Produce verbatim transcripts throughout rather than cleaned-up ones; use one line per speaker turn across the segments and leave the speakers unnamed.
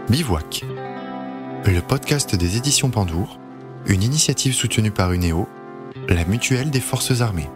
Bivouac, le podcast des éditions Pandour, une initiative soutenue par Unéo, la mutuelle des forces armées.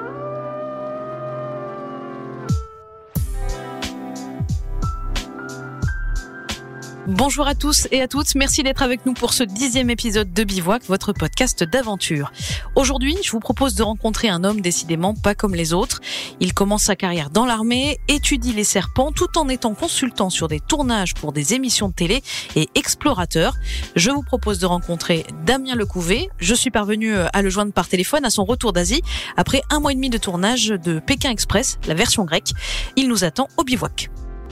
Bonjour à tous et à toutes, merci d'être avec nous pour ce dixième épisode de Bivouac, votre podcast d'aventure. Aujourd'hui, je vous propose de rencontrer un homme décidément pas comme les autres. Il commence sa carrière dans l'armée, étudie les serpents tout en étant consultant sur des tournages pour des émissions de télé et explorateur. Je vous propose de rencontrer Damien Lecouvé. Je suis parvenue à le joindre par téléphone à son retour d'Asie après un mois et demi de tournage de Pékin Express, la version grecque. Il nous attend au Bivouac.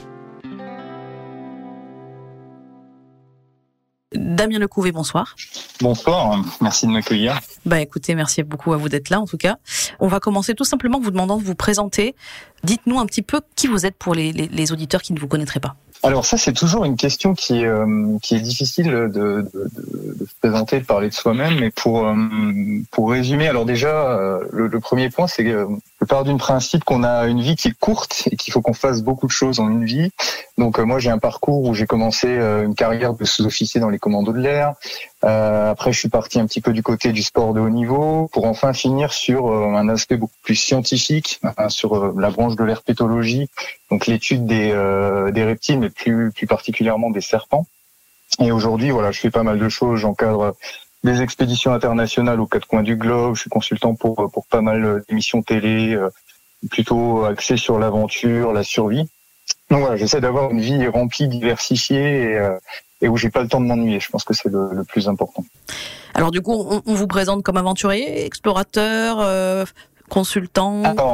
Damien Lecouvé, bonsoir.
Bonsoir, merci de m'accueillir.
Bah écoutez, merci beaucoup à vous d'être là en tout cas. On va commencer tout simplement en vous demandant de vous présenter. Dites-nous un petit peu qui vous êtes pour les, les, les auditeurs qui ne vous connaîtraient pas.
Alors ça, c'est toujours une question qui, euh, qui est difficile de, de, de, de se présenter, de parler de soi-même. Mais pour, euh, pour résumer, alors déjà, euh, le, le premier point, c'est que je pars du principe qu'on a une vie qui est courte et qu'il faut qu'on fasse beaucoup de choses en une vie. Donc euh, moi, j'ai un parcours où j'ai commencé euh, une carrière de sous-officier dans les commandos de l'air. Euh, après, je suis parti un petit peu du côté du sport de haut niveau pour enfin finir sur euh, un aspect beaucoup plus scientifique, hein, sur euh, la branche de l'herpétologie, donc l'étude des, euh, des reptiles, mais plus, plus particulièrement des serpents. Et aujourd'hui, voilà, je fais pas mal de choses. J'encadre des expéditions internationales aux quatre coins du globe. Je suis consultant pour, pour pas mal d'émissions télé, euh, plutôt axées sur l'aventure, la survie. Donc voilà, j'essaie d'avoir une vie remplie, diversifiée et, euh, et où j'ai pas le temps de m'ennuyer. Je pense que c'est le, le plus important.
Alors du coup, on, on vous présente comme aventurier, explorateur, euh, consultant.
Alors,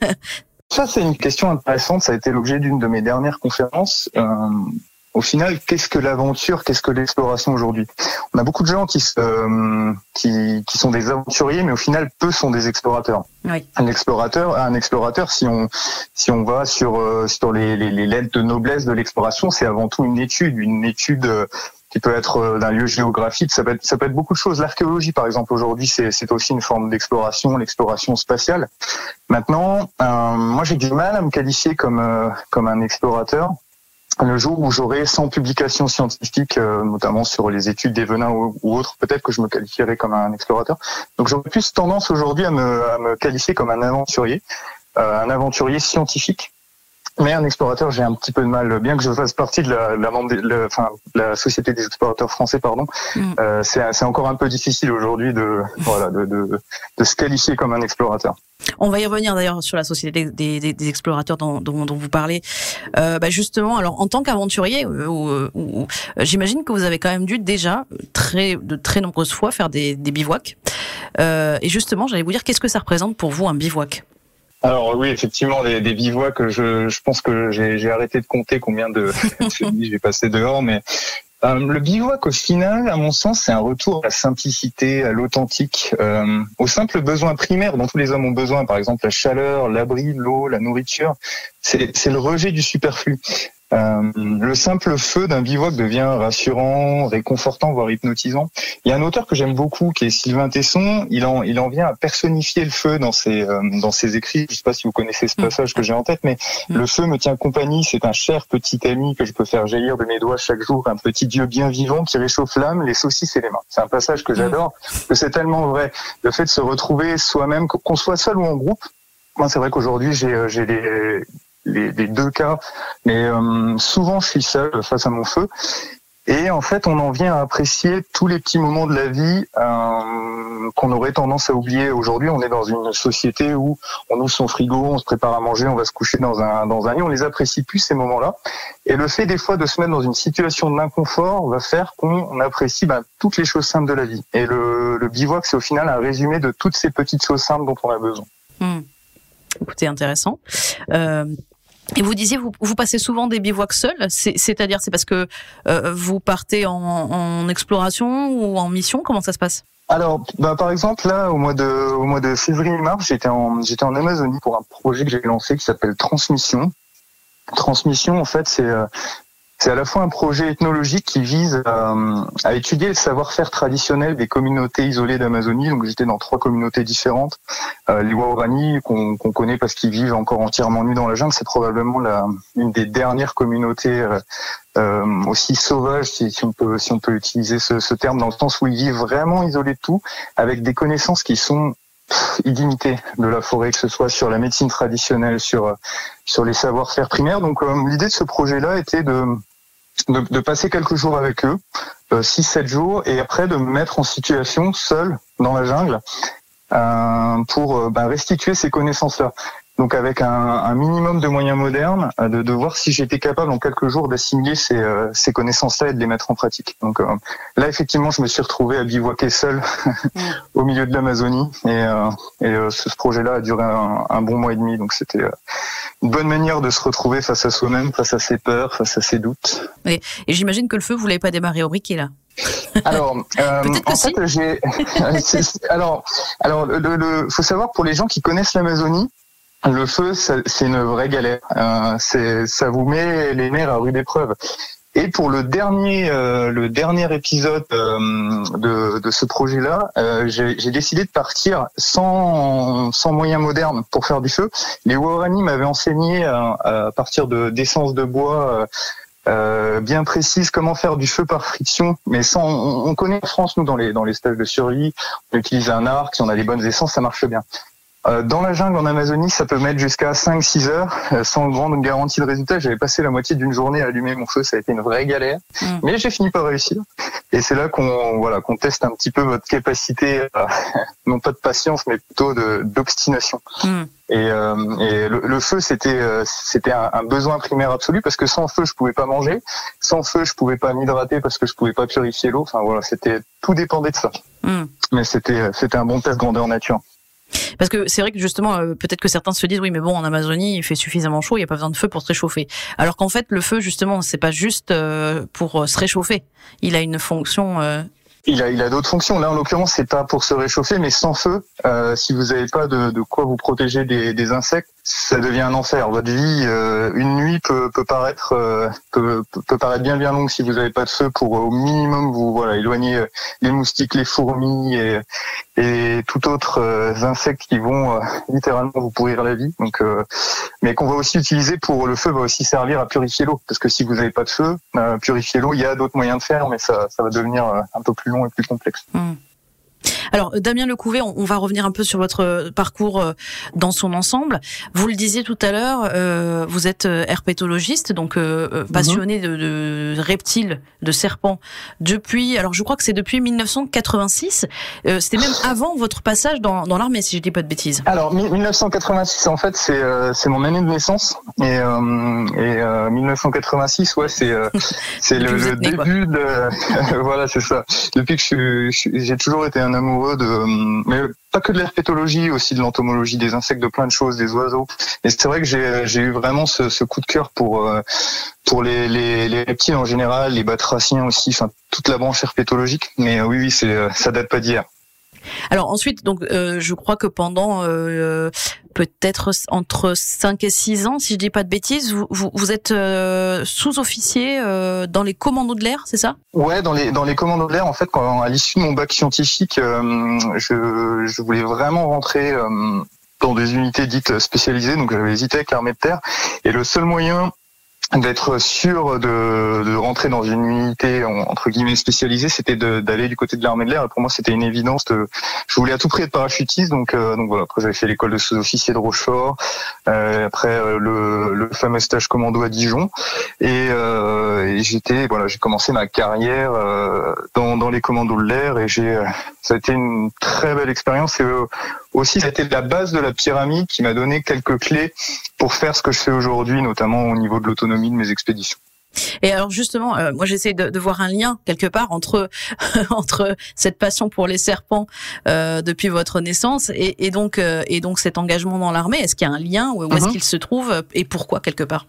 ça c'est une question intéressante. Ça a été l'objet d'une de mes dernières conférences. Euh, au final, qu'est-ce que l'aventure, qu'est-ce que l'exploration aujourd'hui ? On a beaucoup de gens qui, se, euh, qui, qui sont des aventuriers, mais au final, peu sont des explorateurs.
Oui.
Un explorateur, un explorateur, si on si on va sur euh, sur les, les les lettres de noblesse de l'exploration, c'est avant tout une étude, une étude euh, qui peut être euh, d'un lieu géographique. Ça peut être ça peut être beaucoup de choses. L'archéologie, par exemple, aujourd'hui, c'est c'est aussi une forme d'exploration, l'exploration spatiale. Maintenant, euh, moi, j'ai du mal à me qualifier comme euh, comme un explorateur. Le jour où j'aurai cent publications scientifiques, euh, notamment sur les études des venins ou, ou autres, peut-être que je me qualifierai comme un explorateur. Donc j'aurais plus tendance aujourd'hui à me, à me qualifier comme un aventurier, euh, un aventurier scientifique. Mais un explorateur, j'ai un petit peu de mal, bien que je fasse partie de la, la, de la, enfin, la Société des explorateurs français, pardon. Mm. Euh, c'est, c'est encore un peu difficile aujourd'hui de, voilà, de, de, de se qualifier comme un explorateur.
On va y revenir d'ailleurs sur la Société des, des, des explorateurs dont, dont, dont vous parlez. Euh, bah justement, alors en tant qu'aventurier, euh, euh, euh, j'imagine que vous avez quand même dû déjà très, de très nombreuses fois faire des, des bivouacs. Euh, et justement, j'allais vous dire, qu'est-ce que ça représente pour vous un bivouac ?
Alors oui, effectivement, des, des bivouacs, je, je pense que j'ai, j'ai arrêté de compter combien de j'ai passé dehors, mais euh, le bivouac, au final, à mon sens, c'est un retour à la simplicité, à l'authentique, euh, au simple besoin primaire dont tous les hommes ont besoin, par exemple la chaleur, l'abri, l'eau, la nourriture. C'est, c'est le rejet du superflu. Euh, le simple feu d'un bivouac devient rassurant, réconfortant, voire hypnotisant. Il y a un auteur que j'aime beaucoup, qui est Sylvain Tesson. Il en, il en vient à personnifier le feu dans ses, euh, dans ses écrits. Je ne sais pas si vous connaissez ce passage que j'ai en tête, mais mmh. Le feu me tient compagnie. C'est un cher petit ami que je peux faire jaillir de mes doigts chaque jour. Un petit dieu bien vivant qui réchauffe l'âme, les saucisses et les mains. C'est un passage que j'adore, que c'est tellement vrai. Le fait de se retrouver soi-même, qu'on soit seul ou en groupe. Moi, c'est vrai qu'aujourd'hui, j'ai, j'ai des Les, les deux cas, mais euh, souvent je suis seul face à mon feu. Et en fait, on en vient à apprécier tous les petits moments de la vie euh, qu'on aurait tendance à oublier. Aujourd'hui, on est dans une société où on ouvre son frigo, on se prépare à manger, on va se coucher dans un dans un lit. On les apprécie plus, ces moments-là. Et le fait des fois de se mettre dans une situation d'inconfort va faire qu'on apprécie ben, toutes les choses simples de la vie. Et le, le bivouac, c'est au final un résumé de toutes ces petites choses simples dont on a besoin.
Mmh. Écoutez, intéressant. Euh... Et vous disiez, vous, vous passez souvent des bivouacs seuls, c'est, c'est-à-dire c'est parce que euh, vous partez en, en exploration ou en mission, comment ça se passe ?
Alors, bah, par exemple, là, au mois de, au mois de février-mars, j'étais en, j'étais en Amazonie pour un projet que j'ai lancé qui s'appelle Transmission. Transmission, en fait, c'est, euh, C'est à la fois un projet ethnologique qui vise à, à étudier le savoir-faire traditionnel des communautés isolées d'Amazonie. Donc j'étais dans trois communautés différentes. Euh, les Waorani, qu'on, qu'on connaît parce qu'ils vivent encore entièrement nus dans la jungle, c'est probablement la, une des dernières communautés euh, euh, aussi sauvages, si, si on peut si on peut utiliser ce, ce terme, dans le sens où ils vivent vraiment isolés de tout, avec des connaissances qui sont illimité de la forêt, que ce soit sur la médecine traditionnelle, sur sur les savoir-faire primaires. Donc euh, l'idée de ce projet-là était de de, de passer quelques jours avec eux, euh, six sept jours, et après de me mettre en situation seul dans la jungle euh, pour euh, bah, restituer ces connaissances-là. Donc avec un, un minimum de moyens modernes, de, de voir si j'étais capable en quelques jours d'assimiler ces, euh, ces connaissances-là et de les mettre en pratique. Donc euh, là, effectivement, je me suis retrouvé à bivouaquer seul au milieu de l'Amazonie, et, euh, et euh, ce projet-là a duré un, un bon mois et demi. Donc c'était euh, une bonne manière de se retrouver face à soi-même, face à ses peurs, face à ses doutes.
Et, et j'imagine que le feu, vous l'avez pas démarré au briquet là.
Alors, euh, en
si.
fait, j'ai. alors, alors, le, le, faut savoir, pour les gens qui connaissent l'Amazonie, le feu, ça, c'est une vraie galère. Euh, c'est, ça vous met les nerfs à rude épreuve. Et pour le dernier, euh, le dernier épisode euh, de, de ce projet-là, euh, j'ai, j'ai décidé de partir sans, sans moyens modernes pour faire du feu. Les Waorani m'avaient enseigné à, à partir de d'essence de bois. Euh, Euh, bien précise comment faire du feu par friction, mais sans, on, on connaît en France, nous, dans les dans les stages de survie, on utilise un arc, si on a les bonnes essences, ça marche bien. Euh, dans la jungle en Amazonie, ça peut mettre jusqu'à cinq six heures, euh, sans grande garantie de résultat. J'avais passé la moitié d'une journée à allumer mon feu, ça a été une vraie galère, mmh. mais j'ai fini par réussir. Et c'est là qu'on voilà qu'on teste un petit peu votre capacité, euh, non pas de patience, mais plutôt de d'obstination. Mmh. Et, euh, et le, le feu, c'était euh, c'était un, un besoin primaire absolu, parce que sans feu, je pouvais pas manger, sans feu, je pouvais pas m'hydrater parce que je pouvais pas purifier l'eau. Enfin voilà, c'était tout dépendait de ça. Mmh. Mais c'était c'était un bon test grandeur nature.
Parce que c'est vrai que justement, euh, peut-être que certains se disent oui, mais bon, en Amazonie, il fait suffisamment chaud, il n'y a pas besoin de feu pour se réchauffer. Alors qu'en fait, le feu, justement, c'est pas juste euh, pour se réchauffer. Il a une fonction. Euh...
Il a, il a d'autres fonctions. Là, en l'occurrence, c'est pas pour se réchauffer, mais sans feu, euh, si vous n'avez pas de, de quoi vous protéger des, des insectes, ça devient un enfer. Votre vie, euh, une nuit peut, peut paraître euh, peut, peut paraître bien bien longue si vous n'avez pas de feu pour au minimum vous voilà éloigner les moustiques, les fourmis et, et tout autre euh, insectes qui vont euh, littéralement vous pourrir la vie. Donc, euh, mais qu'on va aussi utiliser pour le feu va aussi servir à purifier l'eau, parce que si vous n'avez pas de feu, euh, purifier l'eau, il y a d'autres moyens de faire, mais ça ça va devenir euh, un peu plus long et plus complexe.
Mmh. Alors, Damien Lecouvet, on va revenir un peu sur votre parcours dans son ensemble. Vous le disiez tout à l'heure, euh, vous êtes herpétologiste, donc euh, passionné de, de reptiles, de serpents, depuis, alors je crois que c'est depuis dix-neuf cent quatre-vingt-six, euh, c'était même avant votre passage dans, dans l'armée, si je dis pas de bêtises.
Alors, dix-neuf cent quatre-vingt-six, en fait, c'est, euh, c'est mon année de naissance, et, euh, et euh, dix-neuf cent quatre-vingt-six, ouais, c'est, euh, c'est le, le né, début quoi. de... voilà, c'est ça. Depuis que je suis, j'ai toujours été un amoureux de, mais pas que de l'herpétologie, aussi de l'entomologie, des insectes, de plein de choses, des oiseaux. Et c'est vrai que j'ai, j'ai eu vraiment ce, ce coup de cœur pour pour les, les, les reptiles en général, les batraciens aussi, enfin toute la branche herpétologique. Mais oui, oui, c'est ça date pas d'hier.
Alors ensuite, donc euh, je crois que pendant euh, peut-être entre cinq et six ans, si je dis pas de bêtises, vous, vous, vous êtes euh, sous-officier euh, dans les commandos de l'air, c'est ça ?
Ouais, dans les dans les commandos de l'air, en fait, quand à l'issue de mon bac scientifique, euh, je je voulais vraiment rentrer euh, dans des unités dites spécialisées, donc j'avais hésité avec l'armée de terre, et le seul moyen d'être sûr de, de rentrer dans une unité entre guillemets spécialisée, c'était de, d'aller du côté de l'armée de l'air. Et pour moi, c'était une évidence. De, je voulais à tout prix être parachutiste, donc euh, donc voilà. Après, j'avais fait l'école de sous-officier de Rochefort. Euh, après, euh, le, le fameux stage commando à Dijon. Et, euh, et j'étais voilà, j'ai commencé ma carrière euh, dans dans les commandos de l'air, et j'ai ça a été une très belle expérience. Et euh, aussi, ça a été la base de la pyramide qui m'a donné quelques clés pour faire ce que je fais aujourd'hui, notamment au niveau de l'autonomie de mes expéditions.
Et alors justement, euh, moi j'essaie de, de voir un lien quelque part entre entre cette passion pour les serpents euh, depuis votre naissance et, et donc euh, et donc cet engagement dans l'armée. Est-ce qu'il y a un lien ou où est-ce mm-hmm. qu'il se trouve et pourquoi quelque part?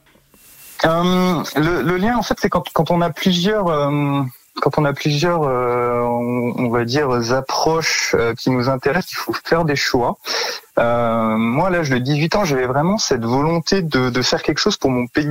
euh, le, le lien, en fait, c'est quand quand on a plusieurs euh, quand on a plusieurs euh, on, on va dire approches euh, qui nous intéressent, il faut faire des choix. Euh, moi, à l'âge de dix-huit ans, j'avais vraiment cette volonté de, de faire quelque chose pour mon pays.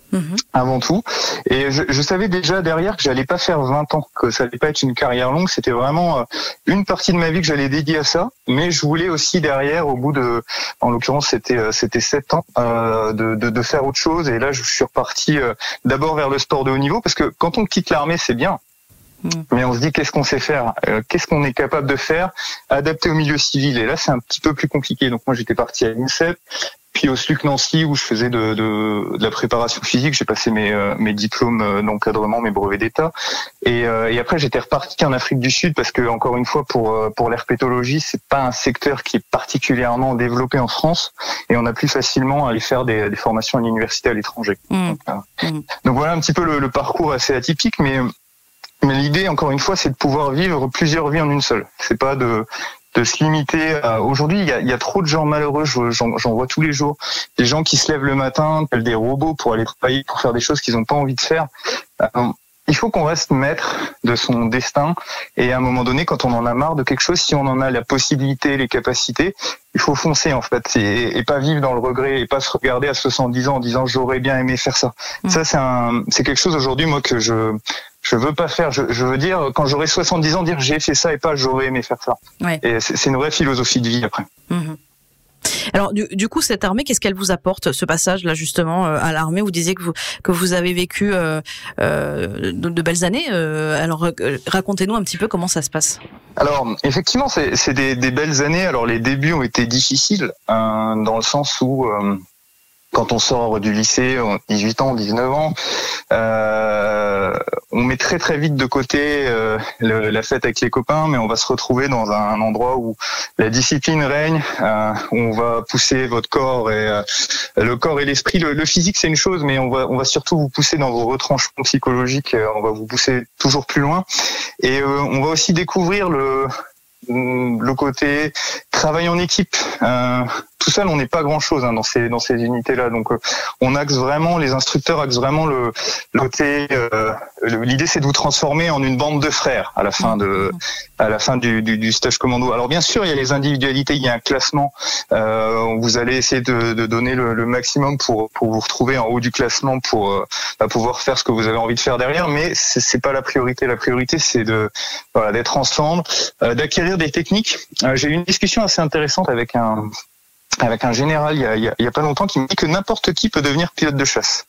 Mmh. Avant tout. Et je, je savais déjà derrière que j'allais pas faire vingt ans, que ça allait pas être une carrière longue. C'était vraiment une partie de ma vie que j'allais dédier à ça. Mais je voulais aussi derrière, au bout de, en l'occurrence, c'était c'était sept ans, euh, de, de de faire autre chose. Et là, je suis reparti euh, d'abord vers le sport de haut niveau, parce que quand on quitte l'armée, c'est bien. Mmh. Mais on se dit qu'est-ce qu'on sait faire, euh, qu'est-ce qu'on est capable de faire, adapté au milieu civil. Et là, c'est un petit peu plus compliqué. Donc moi, j'étais parti à l'INSEP. Puis au S L U C Nancy où je faisais de, de, de la préparation physique, j'ai passé mes, euh, mes diplômes d'encadrement, mes brevets d'État, et, euh, et après j'étais reparti en Afrique du Sud parce que encore une fois pour pour l'herpétologie c'est pas un secteur qui est particulièrement développé en France et on a plus facilement à aller faire des, des formations à l'université à l'étranger. Mmh. Donc, euh, mmh. donc voilà un petit peu le, le parcours assez atypique, mais mais l'idée encore une fois c'est de pouvoir vivre plusieurs vies en une seule. C'est pas de de se limiter à... Aujourd'hui, il y a, il y a trop de gens malheureux, j'en, j'en vois tous les jours. Des gens qui se lèvent le matin, tels des robots pour aller travailler, pour faire des choses qu'ils n'ont pas envie de faire. Euh, il faut qu'on reste maître de son destin. Et à un moment donné, quand on en a marre de quelque chose, si on en a la possibilité, les capacités, il faut foncer en fait et, et pas vivre dans le regret et pas se regarder à soixante-dix ans en disant j'aurais bien aimé faire ça. Mmh. Ça, c'est un, c'est quelque chose aujourd'hui moi que je je veux pas faire. Je, je veux dire quand j'aurai soixante-dix ans dire j'ai fait ça et pas j'aurais aimé faire ça. Ouais. Et c'est, c'est une vraie philosophie de vie après.
Mmh. Alors du, du coup cette armée, qu'est-ce qu'elle vous apporte, ce passage là justement euh, à l'armée? Vous disiez que vous que vous avez vécu euh, euh, de, de belles années. Euh, alors euh, racontez-nous un petit peu comment ça se passe.
Alors effectivement c'est, c'est des, des belles années. Alors les débuts ont été difficiles euh, dans le sens où euh, quand on sort du lycée, dix-huit ans, dix-neuf ans, euh, on met très très vite de côté euh, le, la fête avec les copains, mais on va se retrouver dans un, un endroit où la discipline règne, euh, où on va pousser votre corps et euh, le corps et l'esprit. Le, le physique c'est une chose, mais on va on va surtout vous pousser dans vos retranchements psychologiques. On va vous pousser toujours plus loin, et euh, on va aussi découvrir le le côté travail en équipe. Euh, tout seul, on n'est pas grand-chose hein, dans ces dans ces unités-là. Donc, euh, on axe vraiment, les instructeurs axent vraiment le, le côté. Euh, le, l'idée, c'est de vous transformer en une bande de frères à la fin de à la fin du, du, du stage commando. Alors, bien sûr, il y a les individualités, il y a un classement. Euh, vous allez essayer de, de donner le, le maximum pour pour vous retrouver en haut du classement pour euh, pouvoir faire ce que vous avez envie de faire derrière. Mais c'est, c'est pas la priorité. La priorité, c'est de voilà d'être ensemble, euh, d'acquérir des techniques. Euh, j'ai eu une discussion assez intéressante avec un avec un général il y a, il y a, il y a pas longtemps qui me dit que n'importe qui peut devenir pilote de chasse.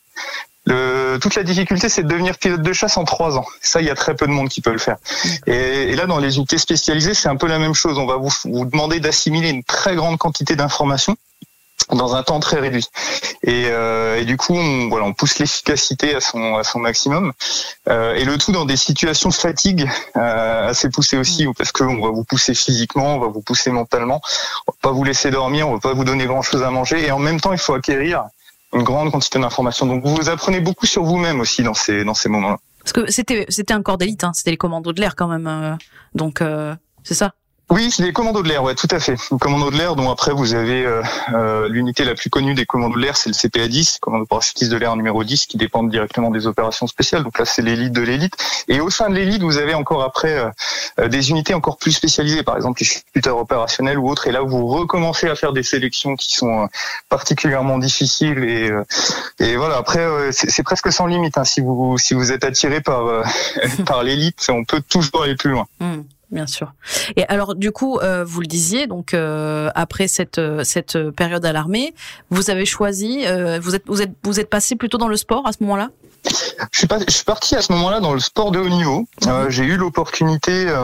Le, toute la difficulté, c'est de devenir pilote de chasse en trois ans. Ça, il y a très peu de monde qui peut le faire. Et, et là, dans les unités spécialisées, c'est un peu la même chose. On va vous, vous demander d'assimiler une très grande quantité d'informations dans un temps très réduit. Et, euh, et du coup, on, voilà, on pousse l'efficacité à son à son maximum. Euh, et le tout dans des situations de fatigue euh, assez poussées aussi, parce que on va vous pousser physiquement, on va vous pousser mentalement, on va pas vous laisser dormir, on va pas vous donner grand chose à manger. Et en même temps, il faut acquérir une grande quantité d'informations. Donc, vous apprenez beaucoup sur vous-même aussi dans ces dans ces moments-là.
Parce que c'était c'était un corps d'élite, hein, c'était les commandos de l'air quand même. Euh, donc, euh, c'est ça.
Oui, c'est les commandos de l'air, ouais, tout à fait. Les commandos de l'air, dont après vous avez euh, euh, l'unité la plus connue des commandos de l'air, c'est le C P A dix, commando parachutiste de l'air numéro dix, qui dépendent directement des opérations spéciales. Donc là, c'est l'élite de l'élite. Et au sein de l'élite, vous avez encore après euh, des unités encore plus spécialisées, par exemple les chuteurs opérationnels ou autres. Et là, vous recommencez à faire des sélections qui sont euh, particulièrement difficiles. Et, euh, et voilà, après, euh, c'est, c'est presque sans limite. Hein, si vous si vous êtes attiré par euh, par l'élite, on peut toujours aller plus loin.
Mmh. Bien sûr. Et alors du coup, euh, vous le disiez, donc euh, après cette cette période à l'armée, vous avez choisi, euh, vous êtes vous êtes vous êtes passé plutôt dans le sport à ce moment-là?
Je suis, pas, je suis parti à ce moment-là dans le sport de haut niveau. Euh, j'ai eu l'opportunité euh,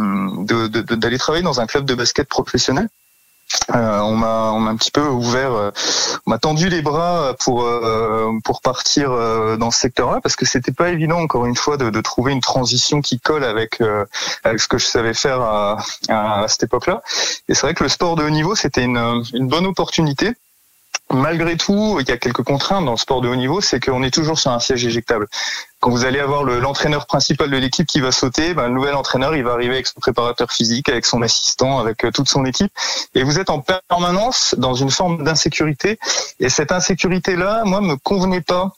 de, de, de, d'aller travailler dans un club de basket professionnel. Euh, on m'a, on m'a un petit peu ouvert, euh, on m'a tendu les bras pour euh, pour partir euh, dans ce secteur-là, parce que c'était pas évident, encore une fois, de, de trouver une transition qui colle avec euh, avec ce que je savais faire à, à, à cette époque-là. Et c'est vrai que le sport de haut niveau, c'était une une bonne opportunité. Malgré tout, il y a quelques contraintes dans le sport de haut niveau, c'est qu'on est toujours sur un siège éjectable. quand vous allez avoir le, l'entraîneur principal de l'équipe qui va sauter, ben, le nouvel entraîneur, il va arriver avec son préparateur physique, avec son assistant, avec euh, toute son équipe. Et vous êtes en permanence dans une forme d'insécurité. Et cette insécurité-là, moi, me convenait pas,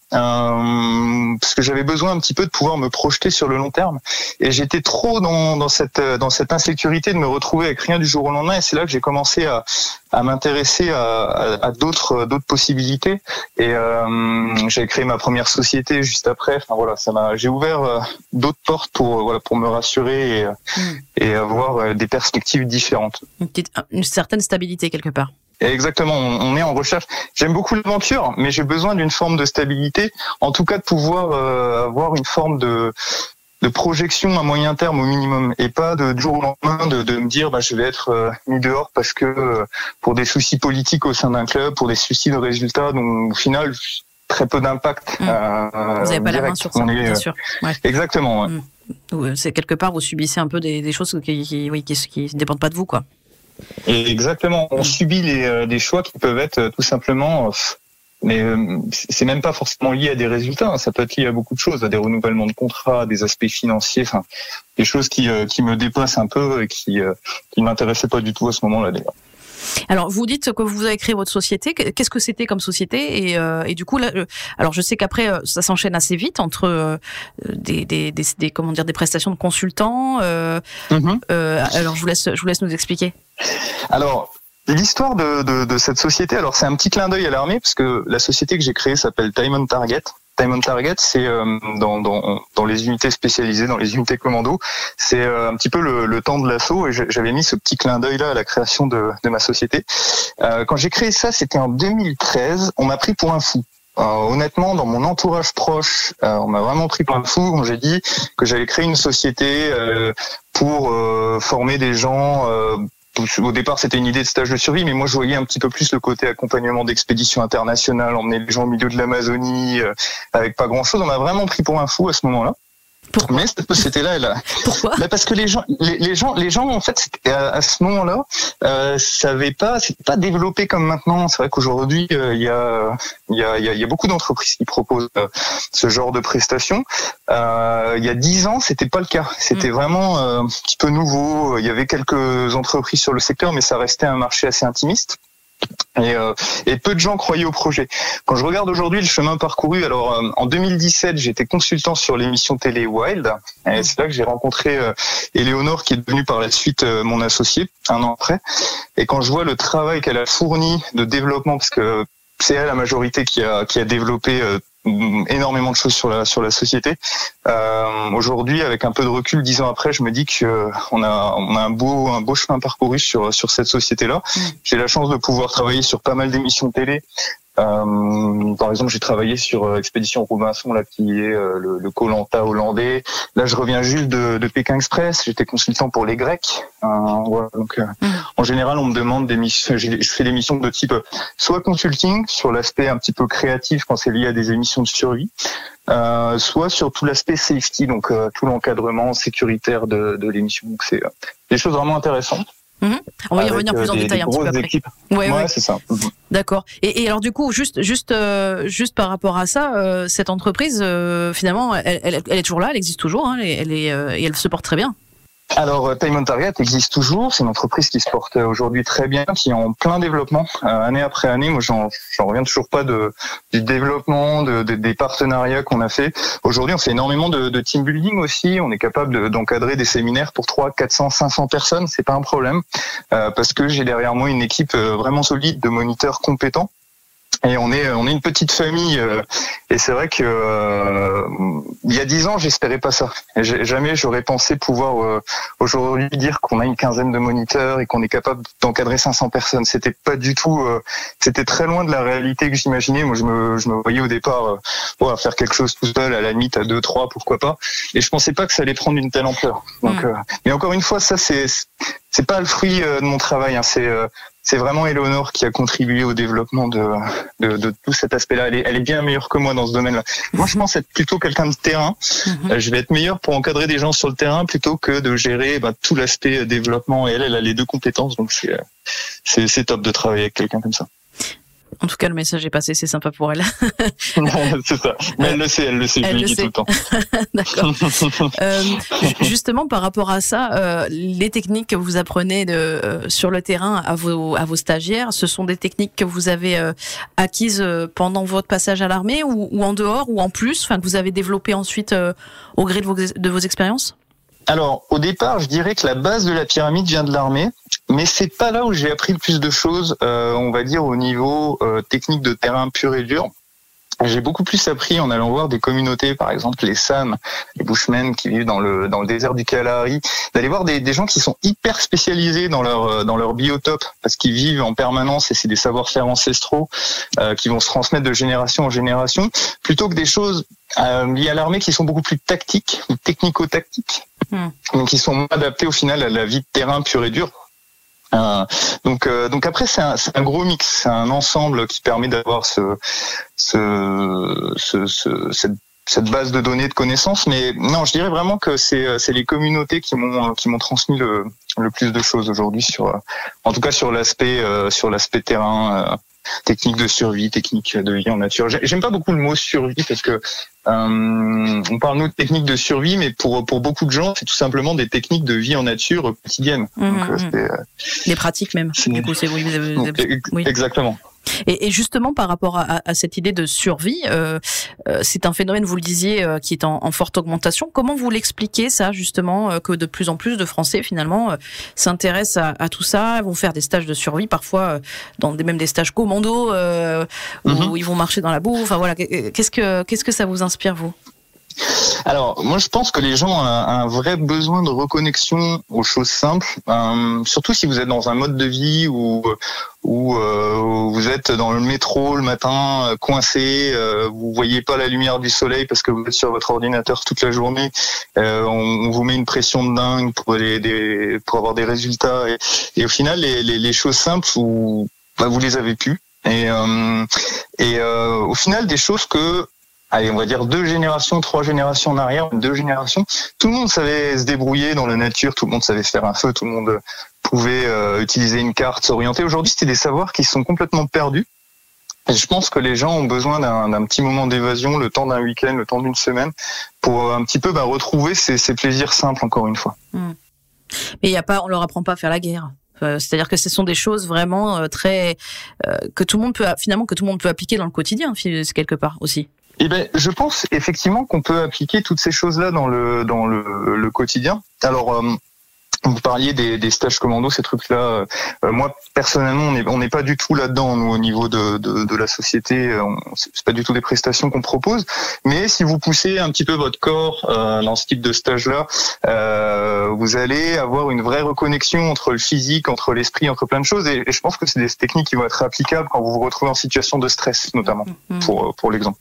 euh, parce que j'avais besoin un petit peu de pouvoir me projeter sur le long terme. Et j'étais trop dans, dans cette, dans cette insécurité de me retrouver avec rien du jour au lendemain. Et c'est là que j'ai commencé à, à m'intéresser à, à, à d'autres, d'autres possibilités. Et euh, j'ai créé ma première société juste après. Enfin voilà, ça m'a, j'ai ouvert euh, d'autres portes pour euh, voilà pour me rassurer et, mmh. et avoir euh, des perspectives différentes.
Une, petite, une certaine stabilité quelque part.
Exactement, on est en recherche. J'aime beaucoup l'aventure, mais j'ai besoin d'une forme de stabilité, en tout cas de pouvoir euh, avoir une forme de de projection à moyen terme au minimum, et pas de, du jour au lendemain de, de me dire bah, je vais être euh, mis dehors parce que euh, pour des soucis politiques au sein d'un club, pour des soucis de résultats, donc au final très peu d'impact.
Mmh. Euh, vous n'avez pas direct. La main sur ça, est, bien sûr. Ouais.
Exactement. Ouais.
Mmh. C'est quelque part vous subissez un peu des, des choses qui, qui, oui, qui, qui dépendent pas de vous, quoi.
Et exactement, on mmh. subit les, euh, des choix qui peuvent être euh, tout simplement, euh, mais euh, c'est même pas forcément lié à des résultats, hein, ça peut être lié à beaucoup de choses, à des renouvellements de contrats, à des aspects financiers, enfin des choses qui euh, qui me dépassent un peu et qui euh, qui m'intéressaient pas du tout à ce moment-là d'ailleurs.
Alors, vous dites que vous avez créé votre société. Qu'est-ce que c'était comme société et, euh, et du coup, là, alors je sais qu'après ça s'enchaîne assez vite entre euh, des, des, des, des, comment dire, des prestations de consultants. Euh, mm-hmm. euh, alors, je vous laisse, je vous laisse nous expliquer.
Alors. L'histoire de, de, de cette société, alors c'est un petit clin d'œil à l'armée parce que la société que j'ai créée s'appelle Time on Target. Time on Target, c'est euh, dans, dans, dans les unités spécialisées, dans les unités commando, c'est euh, un petit peu le, le temps de l'assaut et j'avais mis ce petit clin d'œil là à la création de, de ma société. Euh, quand j'ai créé ça, c'était en deux mille treize. On m'a pris pour un fou. Euh, honnêtement, dans mon entourage proche, euh, on m'a vraiment pris pour un fou quand j'ai dit que j'allais créer une société euh, pour euh, former des gens. Euh, Au départ, c'était une idée de stage de survie, mais moi, je voyais un petit peu plus le côté accompagnement d'expéditions internationales, emmener les gens au milieu de l'Amazonie, euh, avec pas grand-chose. On m'a vraiment pris pour un fou à ce moment-là.
Pourquoi ?
Mais cette société-là, elle a...
Pourquoi ?
Bah parce que les gens, les, les gens, les gens, en fait, à, à ce moment-là, euh, savaient pas, c'était pas développé comme maintenant. C'est vrai qu'aujourd'hui, il euh, y a, il y a, il y a beaucoup d'entreprises qui proposent euh, ce genre de prestations. Euh, il y a dix ans, c'était pas le cas. C'était mmh. vraiment euh, un petit peu nouveau. Il y avait quelques entreprises sur le secteur, mais ça restait un marché assez intimiste. Et, euh, et peu de gens croyaient au projet. Quand je regarde aujourd'hui le chemin parcouru, alors euh, en deux mille dix-sept, j'étais consultant sur l'émission télé Wild, et c'est là que j'ai rencontré euh, Éléonore, qui est devenue par la suite euh, mon associée un an après. Et quand je vois le travail qu'elle a fourni de développement, parce que c'est elle la majorité qui a qui a développé euh, énormément de choses sur la sur la société. Euh, aujourd'hui, avec un peu de recul, dix ans après, je me dis que euh, on a on a un beau un beau chemin parcouru sur sur cette société-là. Mmh. J'ai la chance de pouvoir travailler sur pas mal d'émissions télé. Euh, par exemple, j'ai travaillé sur euh, Expédition Robinson, là, qui est euh, le, le Koh-Lanta hollandais. Là, je reviens juste de, de Pékin Express. J'étais consultant pour les Grecs. Euh, voilà, donc, euh, mmh. en général, on me demande des missions. Je fais des missions de type soit consulting sur l'aspect un petit peu créatif quand c'est lié à des émissions de survie, euh, soit sur tout l'aspect safety, donc euh, tout l'encadrement sécuritaire de, de l'émission. Donc, c'est euh, des choses vraiment intéressantes.
Mmh. On va y revenir plus en détail un petit peu après.
Équipes.
Ouais,
ouais,
ouais.
c'est ça. Mmh.
D'accord. Et, et alors du coup, juste, juste, euh, juste par rapport à ça, euh, cette entreprise, euh, finalement, elle, elle, elle est toujours là, elle existe toujours, hein, elle, elle est, euh, et elle se porte très bien.
Alors, Time on Target existe toujours. C'est une entreprise qui se porte aujourd'hui très bien, qui est en plein développement, euh, année après année. Moi, j'en, j'en reviens toujours pas de du développement, de, de des partenariats qu'on a fait. Aujourd'hui, on fait énormément de, de team building aussi. On est capable de, d'encadrer des séminaires pour trois, quatre cents, cinq cents personnes. C'est pas un problème, euh, parce que j'ai derrière moi une équipe vraiment solide de moniteurs compétents. Et on est on est une petite famille euh, et c'est vrai que euh, il y a dix ans j'espérais pas ça. Et jamais j'aurais pensé pouvoir euh, aujourd'hui dire qu'on a une quinzaine de moniteurs et qu'on est capable d'encadrer cinq cents personnes. C'était pas du tout, euh, c'était très loin de la réalité que j'imaginais. Moi je me je me voyais au départ euh, ouais, faire quelque chose tout seul, à la limite à deux trois pourquoi pas. Et je pensais pas que ça allait prendre une telle ampleur. Donc mmh. euh, mais encore une fois ça c'est c'est pas le fruit de mon travail. Hein, c'est euh, C'est vraiment Éléonore qui a contribué au développement de, de, de tout cet aspect-là. Elle est, elle est bien meilleure que moi dans ce domaine-là. Moi, je pense être plutôt quelqu'un de terrain. Mm-hmm. Je vais être meilleur pour encadrer des gens sur le terrain plutôt que de gérer bah, tout l'aspect développement. Et elle, elle a les deux compétences, donc c'est, c'est, c'est top de travailler avec quelqu'un comme ça.
En tout cas, le message est passé, c'est sympa pour elle.
C'est ça. Mais elle le sait, elle le sait, elle je lui dis tout le temps.
D'accord. euh, justement, par rapport à ça, euh, les techniques que vous apprenez de, euh, sur le terrain à vos, à vos stagiaires, ce sont des techniques que vous avez euh, acquises euh, pendant votre passage à l'armée ou, ou en dehors ou en plus, enfin que vous avez développées ensuite euh, au gré de vos, de vos expériences?
Alors, au départ, je dirais que la base de la pyramide vient de l'armée, mais c'est pas là où j'ai appris le plus de choses, euh, on va dire au niveau euh, technique de terrain pur et dur. J'ai beaucoup plus appris en allant voir des communautés, par exemple les Sam, les Bushmen qui vivent dans le dans le désert du Kalahari, d'aller voir des, des gens qui sont hyper spécialisés dans leur dans leur biotope parce qu'ils vivent en permanence et c'est des savoir-faire ancestraux euh, qui vont se transmettre de génération en génération, plutôt que des choses euh, liées à l'armée qui sont beaucoup plus tactiques ou technico-tactiques, mmh. donc qui sont adaptées au final à la vie de terrain pure et dure. Euh, donc, euh, donc après c'est un, c'est un gros mix, c'est un ensemble qui permet d'avoir ce, ce, ce, ce cette, cette base de données de connaissances. Mais non, je dirais vraiment que c'est, c'est les communautés qui m'ont, qui m'ont transmis le, le plus de choses aujourd'hui sur, en tout cas sur l'aspect, euh, sur l'aspect terrain. Euh, technique de survie, technique de vie en nature. J'aime pas beaucoup le mot survie parce que euh, on parle nous de techniques de survie, mais pour pour beaucoup de gens, c'est tout simplement des techniques de vie en nature quotidienne.
Mmh,
Donc,
mmh.
c'est, euh,
des pratiques même. Du coup, c'est oui, vous,
donc,
oui.
Exactement.
Et, et justement, par rapport à, à cette idée de survie, euh, euh, c'est un phénomène, vous le disiez, euh, qui est en, en forte augmentation. Comment vous l'expliquez, ça, justement, euh, que de plus en plus de Français, finalement, euh, s'intéressent à, à tout ça, vont faire des stages de survie, parfois euh, dans des, même des stages commando, euh, où mm-hmm. ils vont marcher dans la boue. Enfin voilà, qu'est-ce que qu'est-ce que ça vous inspire, vous ?
Alors, moi, je pense que les gens ont un, un vrai besoin de reconnexion aux choses simples, euh, surtout si vous êtes dans un mode de vie où, où, euh, où vous êtes dans le métro le matin, euh, coincé, euh, vous voyez pas la lumière du soleil parce que vous êtes sur votre ordinateur toute la journée. Euh, on, on vous met une pression de dingue pour, les, des, pour avoir des résultats. Et, et au final, les, les, les choses simples, vous, bah, vous les avez plus. Et, euh, et euh, au final, des choses que allez, on va dire deux générations, trois générations en arrière, deux générations, tout le monde savait se débrouiller dans la nature, tout le monde savait faire un feu, tout le monde pouvait euh, utiliser une carte, s'orienter. Aujourd'hui, c'était des savoirs qui sont complètement perdus. Et je pense que les gens ont besoin d'un, d'un petit moment d'évasion, le temps d'un week-end, le temps d'une semaine, pour un petit peu bah, retrouver ces, ces plaisirs simples, encore une fois.
Mmh. Mais y a pas, on leur apprend pas à faire la guerre. C'est-à-dire que ce sont des choses vraiment euh, très euh, que tout le monde peut finalement que tout le monde peut appliquer dans le quotidien, quelque part aussi.
Eh ben, je pense effectivement qu'on peut appliquer toutes ces choses-là dans le dans le, le quotidien. Alors, euh, vous parliez des, des stages commando, ces trucs-là. Euh, moi, personnellement, on n'est on n'est pas du tout là-dedans, nous, au niveau de de, de la société. On, c'est pas du tout des prestations qu'on propose. Mais si vous poussez un petit peu votre corps euh, dans ce type de stage-là, euh, vous allez avoir une vraie reconnexion entre le physique, entre l'esprit, entre plein de choses. Et, et je pense que c'est des techniques qui vont être applicables quand vous vous retrouvez en situation de stress, notamment, mmh. pour pour l'exemple.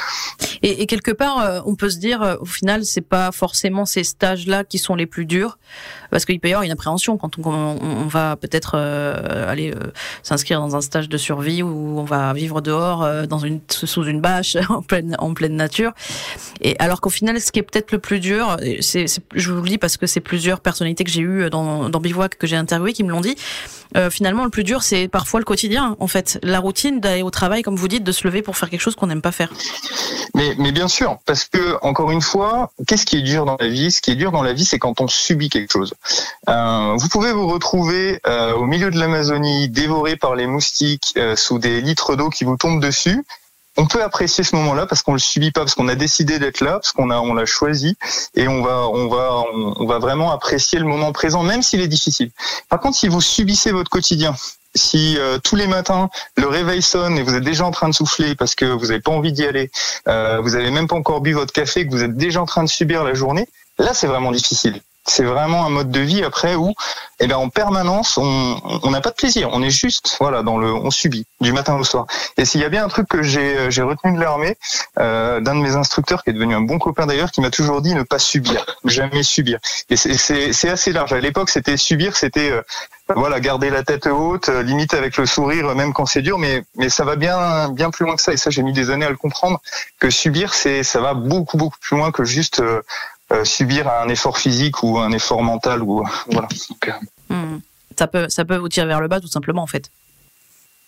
Et, et quelque part, on peut se dire, au final, c'est pas forcément ces stages-là qui sont les plus durs, parce qu'il peut y avoir une appréhension quand on, on, on va peut-être euh, aller euh, s'inscrire dans un stage de survie où on va vivre dehors, euh, dans une sous une bâche, en pleine en pleine nature. Et alors qu'au final, ce qui est peut-être le plus dur, c'est, c'est je vous le dis parce que c'est plusieurs personnalités que j'ai eues dans dans Bivouac que j'ai interviewées qui me l'ont dit. Euh, finalement, le plus dur, c'est parfois le quotidien, en fait, la routine d'aller au travail, comme vous dites, de se lever pour faire quelque chose qu'on n'aime pas faire.
Mais, mais bien sûr, parce que encore une fois, qu'est-ce qui est dur dans la vie ? Ce qui est dur dans la vie, c'est quand on subit quelque chose. Euh, vous pouvez vous retrouver euh, au milieu de l'Amazonie, dévoré par les moustiques, euh, sous des litres d'eau qui vous tombent dessus. On peut apprécier ce moment-là parce qu'on le subit pas, parce qu'on a décidé d'être là, parce qu'on a on l'a choisi, et on va on va on, on va vraiment apprécier le moment présent, même s'il est difficile. Par contre, si vous subissez votre quotidien, si euh, tous les matins le réveil sonne et vous êtes déjà en train de souffler parce que vous n'avez pas envie d'y aller, euh, vous avez même pas encore bu votre café, que vous êtes déjà en train de subir la journée, là c'est vraiment difficile. C'est vraiment un mode de vie après où, eh ben, en permanence, on on n'a pas de plaisir. On est juste, voilà, dans le, on subit du matin au soir. Et s'il y a bien un truc que j'ai j'ai retenu de l'armée, euh, d'un de mes instructeurs qui est devenu un bon copain d'ailleurs, qui m'a toujours dit ne pas subir, jamais subir. Et c'est c'est, c'est assez large. À l'époque, c'était subir, c'était euh, voilà, garder la tête haute, euh, limite avec le sourire, même quand c'est dur. Mais mais ça va bien bien plus loin que ça. Et ça, j'ai mis des années à le comprendre. Que subir, c'est ça va beaucoup beaucoup plus loin que juste euh, Euh, subir un effort physique ou un effort mental ou voilà. Donc, euh...
mmh. Ça peut ça peut vous tirer vers le bas tout simplement en fait.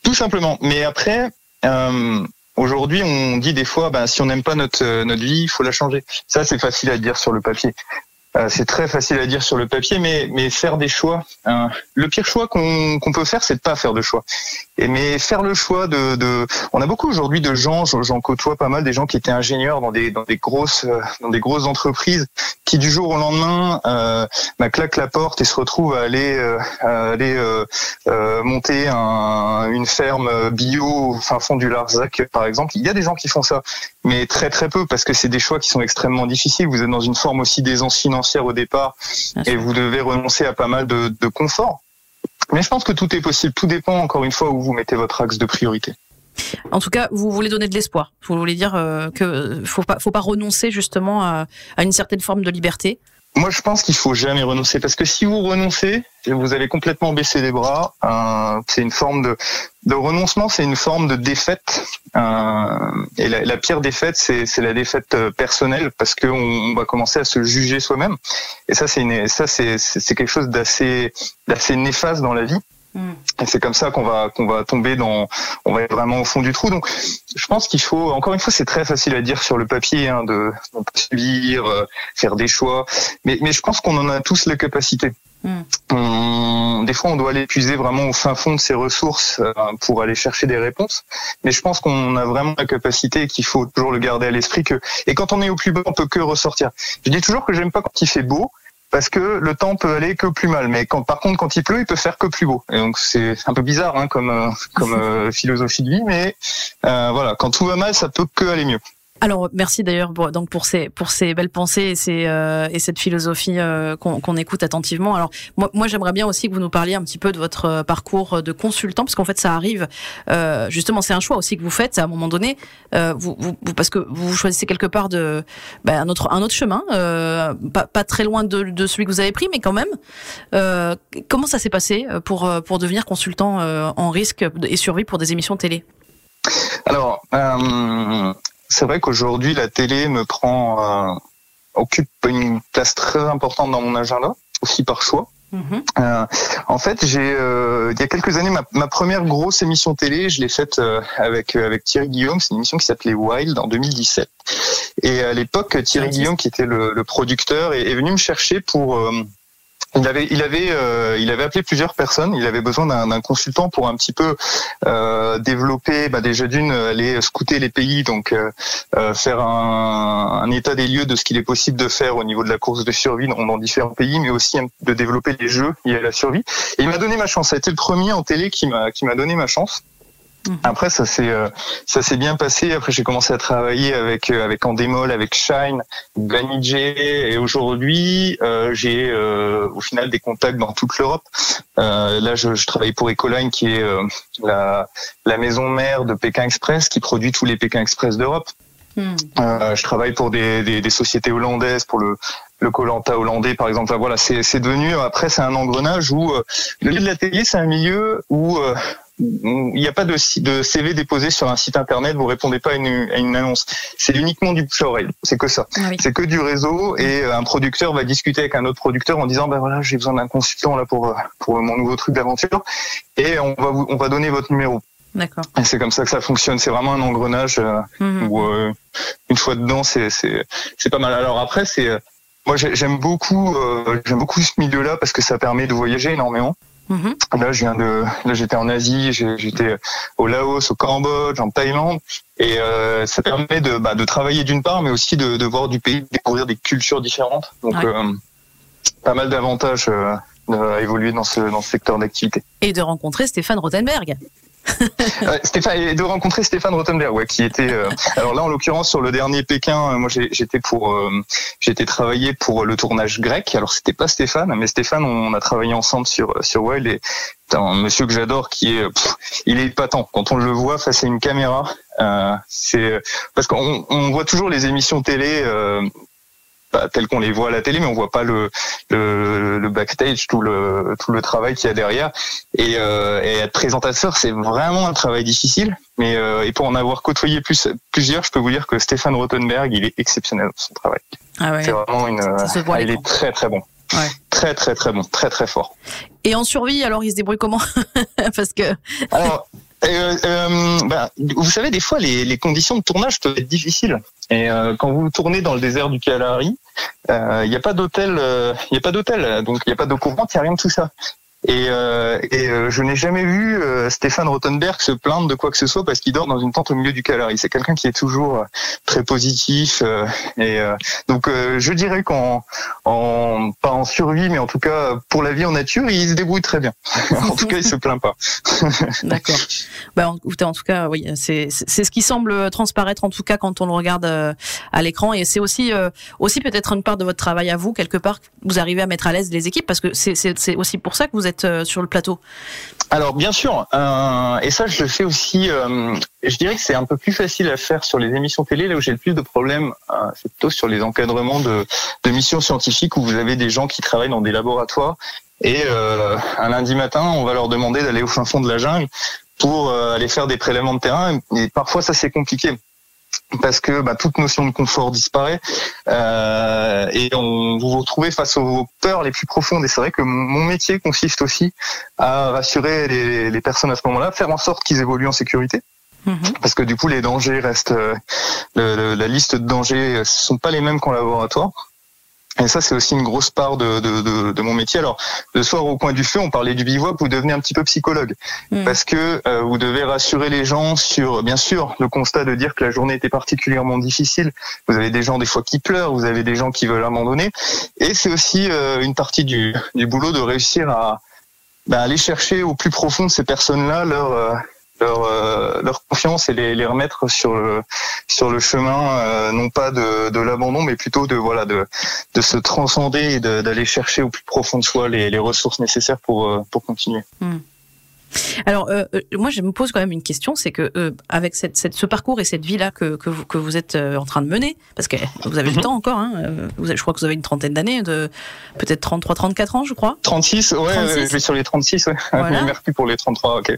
Tout simplement. Mais après, euh, aujourd'hui, on dit des fois, ben, si on n'aime pas notre notre vie, il faut la changer. Ça, c'est facile à dire sur le papier. Euh, c'est très facile à dire sur le papier, mais mais faire des choix. Hein, le pire choix qu'on qu'on peut faire, c'est de pas faire de choix. Et mais faire le choix de de. On a beaucoup aujourd'hui de gens, j'en côtoie pas mal, des gens qui étaient ingénieurs dans des dans des grosses dans des grosses entreprises, qui du jour au lendemain euh, bah, claquent la porte et se retrouvent à aller euh, à aller euh, euh, monter un, une ferme bio au fin fond du Larzac, par exemple. Il y a des gens qui font ça, mais très très peu, parce que c'est des choix qui sont extrêmement difficiles. Vous êtes dans une forme aussi d'aisance financière au départ et vous devez renoncer à pas mal de, de confort. Mais je pense que tout est possible. Tout dépend, encore une fois, où vous mettez votre axe de priorité.
En tout cas, vous voulez donner de l'espoir. Vous voulez dire euh, que faut pas, faut pas renoncer justement à, à une certaine forme de liberté.
Moi, je pense qu'il faut jamais renoncer, parce que si vous renoncez, vous allez complètement baisser les bras. Euh, c'est une forme de, de renoncement, c'est une forme de défaite. Euh, et la, la pire défaite, c'est, c'est la défaite personnelle, parce qu'on on va commencer à se juger soi-même. Et ça, c'est une, ça, c'est, c'est quelque chose d'assez, d'assez néfaste dans la vie. Et c'est comme ça qu'on va qu'on va tomber dans, on va être vraiment au fond du trou. Donc, je pense qu'il faut, encore une fois, c'est très facile à dire sur le papier, hein, de on peut subir, euh, faire des choix, mais mais je pense qu'on en a tous la capacité. Mm. On, des fois, on doit aller puiser vraiment au fin fond de ses ressources euh, pour aller chercher des réponses. Mais je pense qu'on a vraiment la capacité et qu'il faut toujours le garder à l'esprit que, et quand on est au plus bas, on peut que ressortir. Je dis toujours que j'aime pas quand il fait beau, parce que le temps peut aller que plus mal, mais quand, par contre, quand il pleut, il peut faire que plus beau. Et donc c'est un peu bizarre, hein, comme euh, comme euh, philosophie de vie, mais euh, voilà, quand tout va mal, ça peut que aller mieux.
Alors merci d'ailleurs pour, donc pour ces pour ces belles pensées et ces euh, et cette philosophie euh, qu'on, qu'on écoute attentivement. Alors moi moi j'aimerais bien aussi que vous nous parliez un petit peu de votre parcours de consultant, parce qu'en fait ça arrive euh, justement, c'est un choix aussi que vous faites à un moment donné, euh, vous, vous parce que vous choisissez quelque part de ben, un autre un autre chemin, euh, pas pas très loin de, de celui que vous avez pris, mais quand même. Euh, comment ça s'est passé pour pour devenir consultant euh, en risque et survie pour des émissions télé?
Alors. Euh... C'est vrai qu'aujourd'hui, la télé me prend, euh, occupe une place très importante dans mon agenda, aussi par choix. Mmh. Euh, en fait, j'ai, euh, il y a quelques années, ma, ma première grosse émission télé, je l'ai faite euh, avec avec Thierry Guillaume. C'est une émission qui s'appelait Wild en deux mille dix-sept. Et à l'époque, Thierry Guillaume, qui était le, le producteur, est, est venu me chercher pour euh, Il avait, il avait, euh, il avait appelé plusieurs personnes. Il avait besoin d'un, d'un consultant pour un petit peu euh, développer, bah déjà d'une, aller scouter les pays, donc euh, euh, faire un, un état des lieux de ce qu'il est possible de faire au niveau de la course de survie dans, dans différents pays, mais aussi de développer les jeux liés à la survie. Et il m'a donné ma chance. Ça a été le premier en télé qui m'a, qui m'a donné ma chance. Après, ça s'est euh, ça s'est bien passé. Après, j'ai commencé à travailler avec euh, avec Endemol, avec Shine, Banijay, et aujourd'hui, euh, j'ai euh, au final des contacts dans toute l'Europe. Euh, là, je, je travaille pour Ecoline, qui est euh, la la maison mère de Pékin Express, qui produit tous les Pékin Express d'Europe. Mm. Euh, je travaille pour des, des des sociétés hollandaises, pour le le Koh-Lanta hollandais, par exemple. Enfin, voilà, c'est c'est devenu. Après, c'est un engrenage où euh, le milieu de la télé, c'est un milieu où euh, il n'y a pas de, de C V déposé sur un site internet, vous répondez pas à une, à une annonce. C'est uniquement du bouche à oreille. C'est que ça. Oui. C'est que du réseau, et un producteur va discuter avec un autre producteur en disant, ben voilà, j'ai besoin d'un consultant là pour pour mon nouveau truc d'aventure, et on va vous, on va donner votre numéro.
D'accord.
Et c'est comme ça que ça fonctionne. C'est vraiment un engrenage euh, mmh. où euh, une fois dedans, c'est c'est c'est pas mal. Alors après, c'est moi j'aime beaucoup euh, j'aime beaucoup ce milieu-là parce que ça permet de voyager énormément. Mmh. Là, je viens de, là, j'étais en Asie, j'étais au Laos, au Cambodge, en Thaïlande, et euh, ça permet de, bah, de travailler d'une part, mais aussi de, de voir du pays, de découvrir des cultures différentes. Donc, ouais. euh, pas mal d'avantages euh, à évoluer dans ce, dans ce secteur d'activité.
Et de rencontrer Stéphane Rothenberg.
euh, Stéphane, et de rencontrer Stéphane Rothenberg, ouais, qui était. Euh, alors là, en l'occurrence, sur le dernier Pékin, euh, moi, j'ai, j'étais pour, euh, j'étais travaillé pour le tournage grec. Alors, c'était pas Stéphane, mais Stéphane, on a travaillé ensemble sur sur Wild. Et c'est un monsieur que j'adore, qui est, pff, il est épatant. Quand on le voit face à une caméra, euh, c'est parce qu'on on voit toujours les émissions télé. Euh, tels qu'on les voit à la télé, mais on voit pas le le, le backstage, tout le tout le travail qu'il y a derrière. Et, euh, et être présentateur, c'est vraiment un travail difficile. Mais euh, et pour en avoir côtoyé plus plusieurs, je peux vous dire que Stéphane Rothenberg, il est exceptionnel dans son travail. Ah ouais. C'est vraiment une. Ah, il est très très bon. Ouais. Très très très bon, très très fort.
Et en survie, alors il se débrouille comment? Parce que.
Alors. euh, euh, bah, vous savez, des fois, les, les conditions de tournage peuvent être difficiles. Et euh, quand vous tournez dans le désert du Kalahari, il euh, n'y a pas d'hôtel, il euh, n'y a pas d'hôtel, donc il n'y a pas d'eau courante, il n'y a rien de tout ça. Et, euh, et euh, je n'ai jamais vu euh, Stéphane Rothenberg se plaindre de quoi que ce soit parce qu'il dort dans une tente au milieu du Kalahari. C'est quelqu'un qui est toujours euh, très positif. Euh, et euh, donc euh, je dirais qu'en en, pas en survie, mais en tout cas pour la vie en nature, il se débrouille très bien. En tout cas, il se plaint pas.
D'accord. Bah, en, en tout cas, oui, c'est c'est ce qui semble transparaître en tout cas quand on le regarde euh, à l'écran. Et c'est aussi euh, aussi peut-être une part de votre travail à vous quelque part. Vous arrivez à mettre à l'aise les équipes parce que c'est c'est c'est aussi pour ça que vous êtes sur le plateau.
Alors bien sûr, euh, et ça je le fais aussi, euh, je dirais que c'est un peu plus facile à faire sur les émissions télé, là où j'ai le plus de problèmes, euh, c'est plutôt sur les encadrements de, de missions scientifiques où vous avez des gens qui travaillent dans des laboratoires et euh, un lundi matin on va leur demander d'aller au fin fond de la jungle pour euh, aller faire des prélèvements de terrain et parfois ça c'est compliqué. Parce que bah, toute notion de confort disparaît euh, et on, vous vous retrouvez face aux peurs les plus profondes. Et c'est vrai que mon métier consiste aussi à rassurer les, les personnes à ce moment-là, faire en sorte qu'ils évoluent en sécurité. Mmh. Parce que du coup, les dangers restent, euh, le, le, la liste de dangers ne sont pas les mêmes qu'en laboratoire. Et ça, c'est aussi une grosse part de, de, de, de mon métier. Alors, le soir au coin du feu, on parlait du bivouac, vous devenez un petit peu psychologue. Mmh. Parce que euh, vous devez rassurer les gens sur, bien sûr, le constat de dire que la journée était particulièrement difficile. Vous avez des gens, des fois, qui pleurent, vous avez des gens qui veulent abandonner. Et c'est aussi euh, une partie du, du boulot de réussir à bah, aller chercher au plus profond de ces personnes-là leur... Euh, leur euh, leur confiance et les, les remettre sur le sur le chemin euh, non pas de de l'abandon mais plutôt de voilà de de se transcender et de, d'aller chercher au plus profond de soi les les ressources nécessaires pour euh, pour continuer.
Mmh. Alors, euh, moi, je me pose quand même une question, c'est que euh, avec cette, cette, ce parcours et cette vie-là que, que, vous, que vous êtes euh, en train de mener, parce que vous avez du temps encore, hein, euh, vous avez, je crois que vous avez une trentaine d'années, de peut-être trente-trois, trente-quatre ans, je crois.
trente-six, ouais, trente-six. Ouais, je vais sur les trente-six, ouais. Voilà. Merci pour les trente-trois, ok.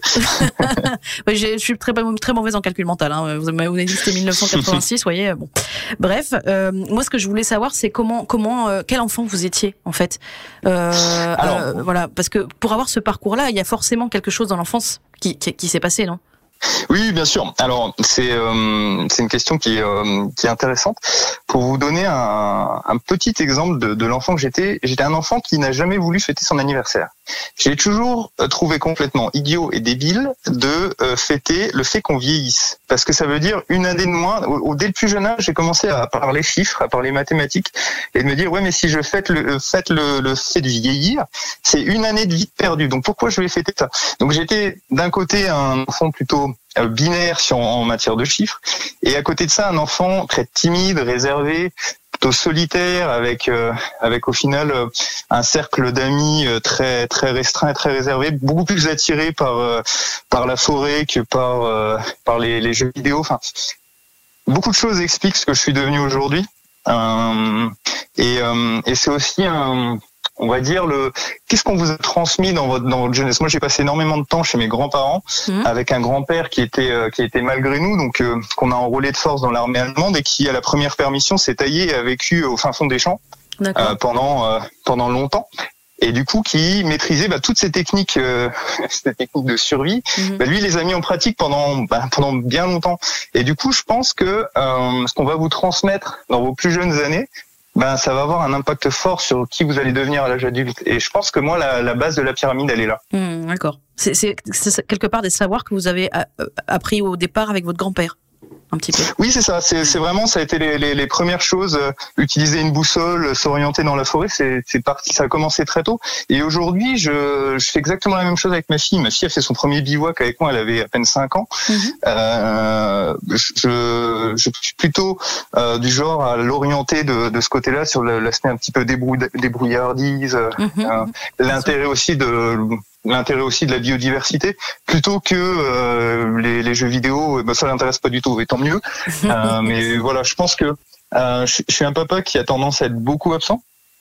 Ouais, je suis très, très mauvaise en calcul mental, hein. Vous m'avez dit que c'était mille neuf cent quatre-vingt-six, vous voyez, bon. Bref, euh, moi, ce que je voulais savoir, c'est comment, comment, euh, quel enfant vous étiez, en fait. Euh, Alors, euh, voilà, parce que pour avoir ce parcours-là, il y a forcément quelque chose dans l'enfance qui, qui, qui s'est passé, non ?
Oui, bien sûr. Alors, c'est euh, c'est une question qui est, euh, qui est intéressante. Pour vous donner un, un petit exemple de, de l'enfant que j'étais, j'étais un enfant qui n'a jamais voulu fêter son anniversaire. J'ai toujours trouvé complètement idiot et débile de euh, fêter le fait qu'on vieillisse. Parce que ça veut dire une année de moins. Au, dès le plus jeune âge, j'ai commencé à parler chiffres, à parler mathématiques, et de me dire, ouais, mais si je fête le, fête le, le fait de vieillir, c'est une année de vie perdue. Donc pourquoi je vais fêter ça ? Donc j'étais d'un côté un enfant plutôt binaire sur, en matière de chiffres, et à côté de ça, un enfant très timide, réservé, plutôt solitaire, avec euh, avec au final euh, un cercle d'amis euh, très très restreint et très réservé, beaucoup plus attiré par euh, par la forêt que par euh, par les, les jeux vidéo. Enfin, beaucoup de choses expliquent ce que je suis devenu aujourd'hui, euh, et euh, et c'est aussi un on va dire le qu'est-ce qu'on vous a transmis dans votre dans votre jeunesse. Moi, j'ai passé énormément de temps chez mes grands-parents mmh. avec un grand-père qui était euh, qui était malgré nous, donc euh, qu'on a enrôlé de force dans l'armée allemande et qui à la première permission s'est taillé et a vécu au fin fond des champs euh, pendant euh, pendant longtemps. Et du coup, qui maîtrisait bah, toutes ces techniques, euh, ces techniques de survie, mmh. bah, lui, il les a mis en pratique pendant bah, pendant bien longtemps. Et du coup, je pense que euh, ce qu'on va vous transmettre dans vos plus jeunes années, ben ça va avoir un impact fort sur qui vous allez devenir à l'âge adulte. Et je pense que moi, la, la base de la pyramide, elle est là.
Mmh, d'accord. C'est, c'est, c'est quelque part des savoirs que vous avez appris au départ avec votre grand-père. Un petit peu.
Oui, c'est ça. C'est, c'est vraiment, ça a été les, les, les premières choses. Euh, utiliser une boussole, s'orienter dans la forêt, c'est, c'est parti. Ça a commencé très tôt. Et aujourd'hui, je, je fais exactement la même chose avec ma fille. Ma fille a fait son premier bivouac avec moi. Elle avait à peine cinq ans. Mm-hmm. Euh, je, je suis plutôt euh, du genre à l'orienter de, de ce côté-là sur l'aspect un petit peu débrouille, débrouillardise, mm-hmm. euh, l'intérêt aussi de l'intérêt aussi de la biodiversité, plutôt que euh, les, les jeux vidéo. Ben, ça l'intéresse pas du tout, et tant mieux. euh, mais voilà, je pense que euh, je, je suis un papa qui a tendance à être beaucoup absent.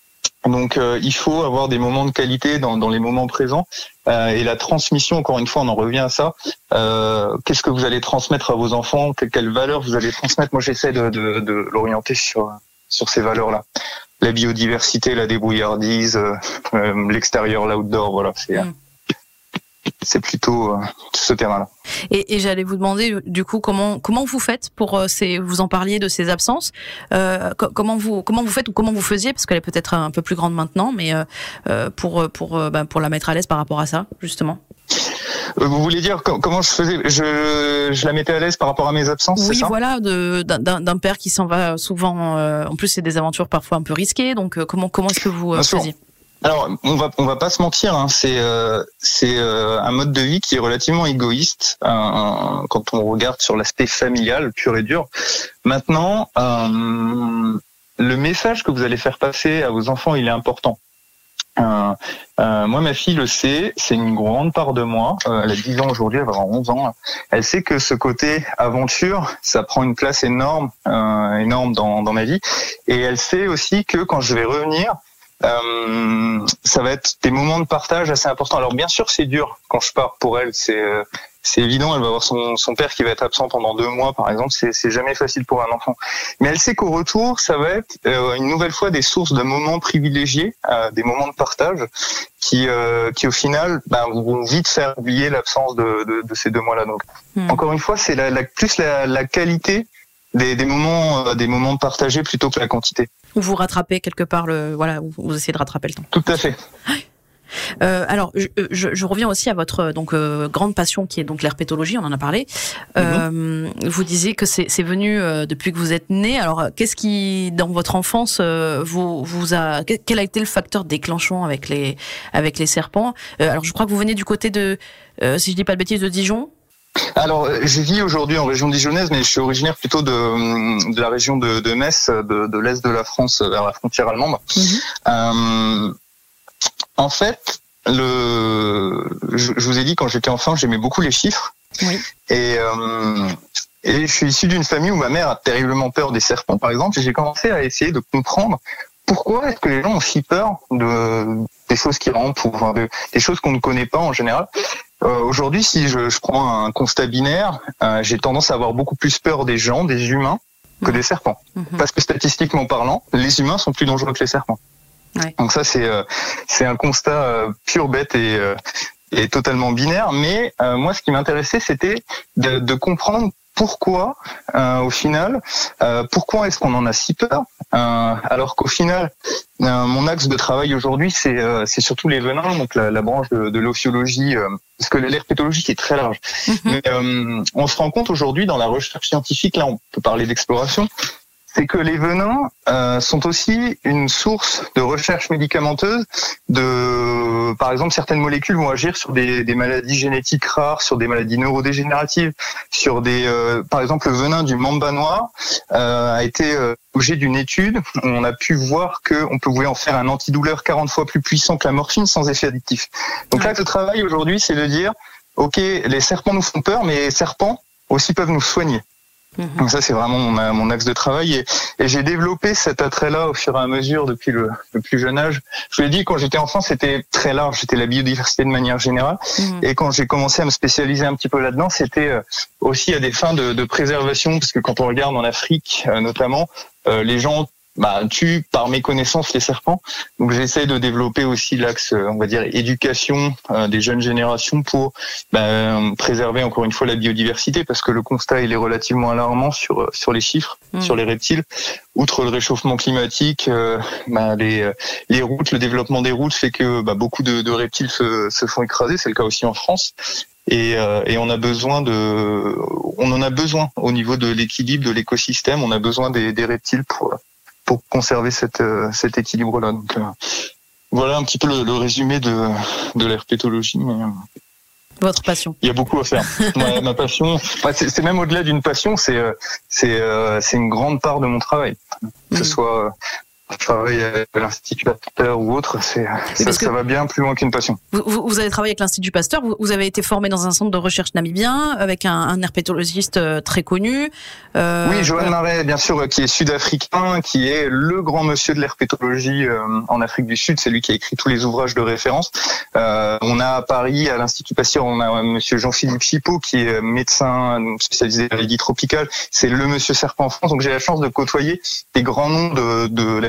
Donc euh, il faut avoir des moments de qualité dans, dans les moments présents. Euh, et la transmission, encore une fois, on en revient à ça. Euh, qu'est-ce que vous allez transmettre à vos enfants ? Quelles quelle valeurs vous allez transmettre ? Moi, j'essaie de, de, de l'orienter sur sur ces valeurs-là. La biodiversité, la débrouillardise, euh, l'extérieur, l'outdoor, voilà. C'est,
mmh.
c'est plutôt euh, ce terrain-là.
Et, et j'allais vous demander du coup comment comment vous faites pour euh, ces vous en parliez de ces absences euh, co- comment vous comment vous faites ou comment vous faisiez parce qu'elle est peut-être un peu plus grande maintenant mais euh, pour pour euh, bah, pour la mettre à l'aise par rapport à ça justement.
Vous voulez dire comment je faisais je je la mettais à l'aise par rapport à mes absences,
oui,
c'est ça?
Voilà, de d'un, d'un père qui s'en va souvent. Euh, en plus, c'est des aventures parfois un peu risquées. Donc, euh, comment comment est-ce que vous euh, faisiez?
Alors, on va on va pas se mentir, hein, c'est euh, c'est euh, un mode de vie qui est relativement égoïste euh, quand on regarde sur l'aspect familial pur et dur. Maintenant, euh, le message que vous allez faire passer à vos enfants, il est important. Euh, euh, moi, ma fille le sait, c'est une grande part de moi. Euh, elle a dix ans aujourd'hui, elle va avoir onze ans. Elle sait que ce côté aventure, ça prend une place énorme, euh, énorme dans dans ma vie. Et elle sait aussi que quand je vais revenir, Euh, ça va être des moments de partage assez importants. Alors bien sûr c'est dur quand je pars pour elle, c'est euh, c'est évident, elle va avoir son son père qui va être absent pendant deux mois par exemple, c'est c'est jamais facile pour un enfant. Mais elle sait qu'au retour ça va être euh, une nouvelle fois des sources de moments privilégiés, euh, des moments de partage qui euh, qui au final bah, vont vite faire oublier l'absence de de, de ces deux mois-là. Donc mmh. encore une fois c'est la, la plus la la qualité des des moments euh, des moments partagés plutôt que la quantité.
Ou vous rattrapez quelque part le voilà, vous essayez de rattraper le temps.
Tout à fait.
Euh, alors, je, je, je reviens aussi à votre donc euh, grande passion qui est donc l'herpétologie. On en a parlé. Euh, mm-hmm. Vous disiez que c'est, c'est venu euh, depuis que vous êtes né. Alors, qu'est-ce qui, dans votre enfance, euh, vous vous a quel a été le facteur déclenchant avec les avec les serpents? euh, Alors, je crois que vous venez du côté de, euh, si je dis pas de bêtises, de Dijon.
Alors, je vis aujourd'hui en région dijonnaise, mais je suis originaire plutôt de, de la région de, de Metz, de, de l'est de la France, vers la frontière allemande. Mmh. Euh, en fait, le, je, je vous ai dit, quand j'étais enfant, j'aimais beaucoup les chiffres. Oui. Et, euh, et je suis issu d'une famille où ma mère a terriblement peur des serpents, par exemple, et j'ai commencé à essayer de comprendre pourquoi est-ce que les gens ont si peur de, des choses qui rampent, ou enfin, de, des choses qu'on ne connaît pas en général. Euh, aujourd'hui, si je, je prends un constat binaire, euh, j'ai tendance à avoir beaucoup plus peur des gens, des humains, que mmh. des serpents. Mmh. Parce que statistiquement parlant, les humains sont plus dangereux que les serpents. Ouais. Donc ça, c'est euh, c'est un constat euh, pur, bête et, euh, et totalement binaire. Mais euh, moi, ce qui m'intéressait, c'était de, de comprendre pourquoi, euh, au final, euh, pourquoi est-ce qu'on en a si peur, euh, alors qu'au final, euh, mon axe de travail aujourd'hui, c'est euh, c'est surtout les venins, donc la, la branche de, de l'ophiologie, euh, parce que l'herpétologie qui est très large. Mm-hmm. Mais euh, on se rend compte aujourd'hui dans la recherche scientifique, là, on peut parler d'exploration, c'est que les venins euh, sont aussi une source de recherche médicamenteuse. De, par exemple, certaines molécules vont agir sur des, des maladies génétiques rares, sur des maladies neurodégénératives, sur des, euh, par exemple, le venin du mamba noir euh, a été euh, l'objet d'une étude où on a pu voir qu'on pouvait en faire un antidouleur quarante fois plus puissant que la morphine sans effet addictif. Donc là, le travail aujourd'hui, c'est de dire, ok, les serpents nous font peur, mais les serpents aussi peuvent nous soigner. Donc ça, c'est vraiment mon, mon axe de travail et, et j'ai développé cet attrait-là au fur et à mesure depuis le, le plus jeune âge. Je vous l'ai dit, quand j'étais enfant, c'était très large, c'était la biodiversité de manière générale. Mmh. Et quand j'ai commencé à me spécialiser un petit peu là-dedans, c'était aussi à des fins de, de préservation, parce que quand on regarde en Afrique, euh, notamment, euh, les gens bah, tuent par méconnaissance les serpents. Donc j'essaie de développer aussi l'axe, on va dire, éducation euh, des jeunes générations pour bah, préserver encore une fois la biodiversité, parce que le constat il est relativement alarmant sur sur les chiffres, mmh. sur les reptiles. Outre le réchauffement climatique, euh, bah, les les routes, le développement des routes fait que bah, beaucoup de, de reptiles se, se font écraser. C'est le cas aussi en France. Et, euh, et on a besoin de, on en a besoin au niveau de l'équilibre de l'écosystème. On a besoin des, des reptiles pour pour conserver cette, euh, cet équilibre-là. Donc, euh, voilà un petit peu le, le résumé de, de l'herpétologie. Mais, euh,
votre passion.
Il y a beaucoup à faire. ma, ma passion, bah, c'est, c'est même au-delà d'une passion, c'est, c'est, euh, c'est une grande part de mon travail. Que ce mmh. soit je travaille à l'Institut Pasteur ou autre, c'est, ça, ça va bien plus loin qu'une passion.
Vous, vous, vous avez travaillé avec l'Institut Pasteur, vous, vous avez été formé dans un centre de recherche namibien avec un, un herpétologiste très connu.
Euh, oui, Johan voilà. Marais, bien sûr, qui est sud-africain, qui est le grand monsieur de l'herpétologie euh, en Afrique du Sud. C'est lui qui a écrit tous les ouvrages de référence. Euh, on a à Paris, à l'Institut Pasteur, on a monsieur Jean-Philippe Chipot, qui est médecin spécialisé en maladies tropicales. C'est le monsieur serpent en France. Donc j'ai la chance de côtoyer des grands noms de, de l'herpétologie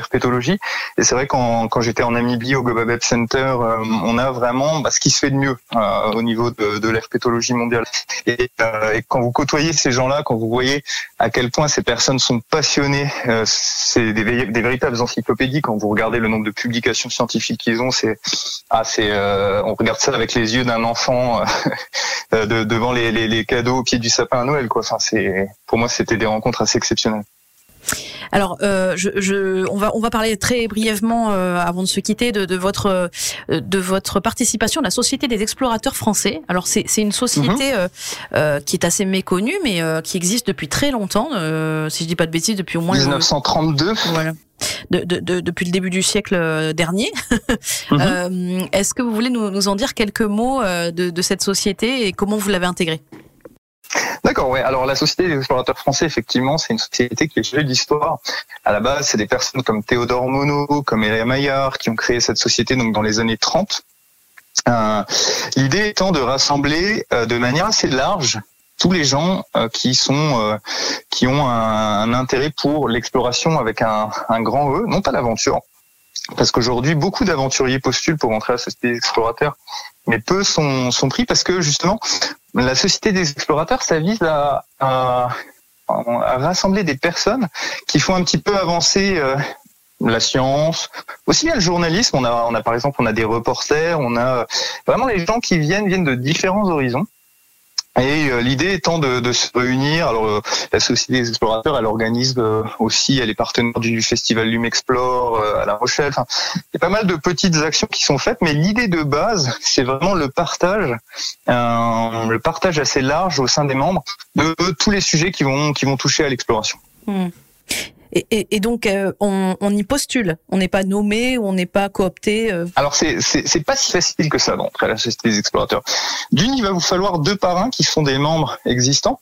l'herpétologie. Et c'est vrai quand quand j'étais en Namibie au Goba Web Center, euh, on a vraiment bah, ce qui se fait de mieux euh, au niveau de, de l'herpétologie mondiale. Et, euh, et quand vous côtoyez ces gens-là, quand vous voyez à quel point ces personnes sont passionnées, euh, c'est des, des véritables encyclopédies. Quand vous regardez le nombre de publications scientifiques qu'ils ont, c'est ah c'est euh, on regarde ça avec les yeux d'un enfant euh, de, devant les, les, les cadeaux au pied du sapin à Noël, quoi. Enfin, c'est pour moi c'était des rencontres assez exceptionnelles.
Alors, euh, je, je, on va on va parler très brièvement euh, avant de se quitter de, de votre euh, de votre participation à la Société des explorateurs français. Alors c'est c'est une société mm-hmm. euh, euh, qui est assez méconnue, mais euh, qui existe depuis très longtemps. Euh, si je dis pas de bêtises, depuis au moins
dix-neuf cent trente-deux.
Voilà. De, de, de, depuis le début du siècle dernier. Mm-hmm. euh, est-ce que vous voulez nous, nous en dire quelques mots de, de cette société et comment vous l'avez intégrée?
D'accord, ouais. Alors la Société des explorateurs français, effectivement, c'est une société qui est chargée d'histoire. À la base, c'est des personnes comme Théodore Monod, comme Elia Maillard, qui ont créé cette société donc dans les années trente. Euh, l'idée étant de rassembler euh, de manière assez large tous les gens euh, qui sont euh, qui ont un, un intérêt pour l'exploration avec un, un grand E, non pas l'aventure. Parce qu'aujourd'hui, beaucoup d'aventuriers postulent pour entrer à la Société des explorateurs, mais peu sont, sont pris parce que justement, la Société des explorateurs, ça vise à, à, à rassembler des personnes qui font un petit peu avancer euh, la science, aussi bien le journalisme. On a, on a par exemple, on a des reporters, on a vraiment les gens qui viennent viennent de différents horizons. Et euh, l'idée étant de, de se réunir. Alors euh, la Société des explorateurs, elle organise euh, aussi, elle est partenaire du festival Lumexplore euh, à La Rochelle. Enfin, il y a pas mal de petites actions qui sont faites, mais l'idée de base, c'est vraiment le partage, euh, le partage assez large au sein des membres de, de tous les sujets qui vont qui vont toucher à l'exploration.
Mmh. Et, et, et donc euh, on, on y postule, on n'est pas nommé, on n'est pas coopté. Euh...
Alors c'est c'est c'est pas si facile que ça d'entrer à la Société des explorateurs. D'une, il va vous falloir deux parrains qui sont des membres existants.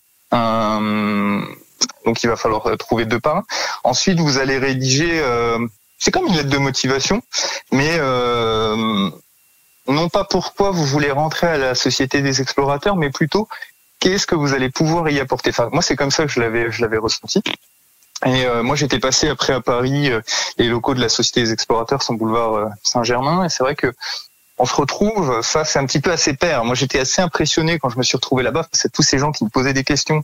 Euh, donc il va falloir trouver deux parrains. Ensuite, vous allez rédiger. Euh, c'est comme une lettre de motivation, mais euh, non pas pourquoi vous voulez rentrer à la Société des explorateurs, mais plutôt qu'est-ce que vous allez pouvoir y apporter. Enfin, moi, c'est comme ça que je l'avais je l'avais ressenti. Et euh, moi, j'étais passé après à Paris. Euh, les locaux de la Société des explorateurs sont boulevard euh, Saint-Germain, et c'est vrai que on se retrouve face un petit peu à ses pairs. Moi, j'étais assez impressionné quand je me suis retrouvé là-bas face à tous ces gens qui me posaient des questions.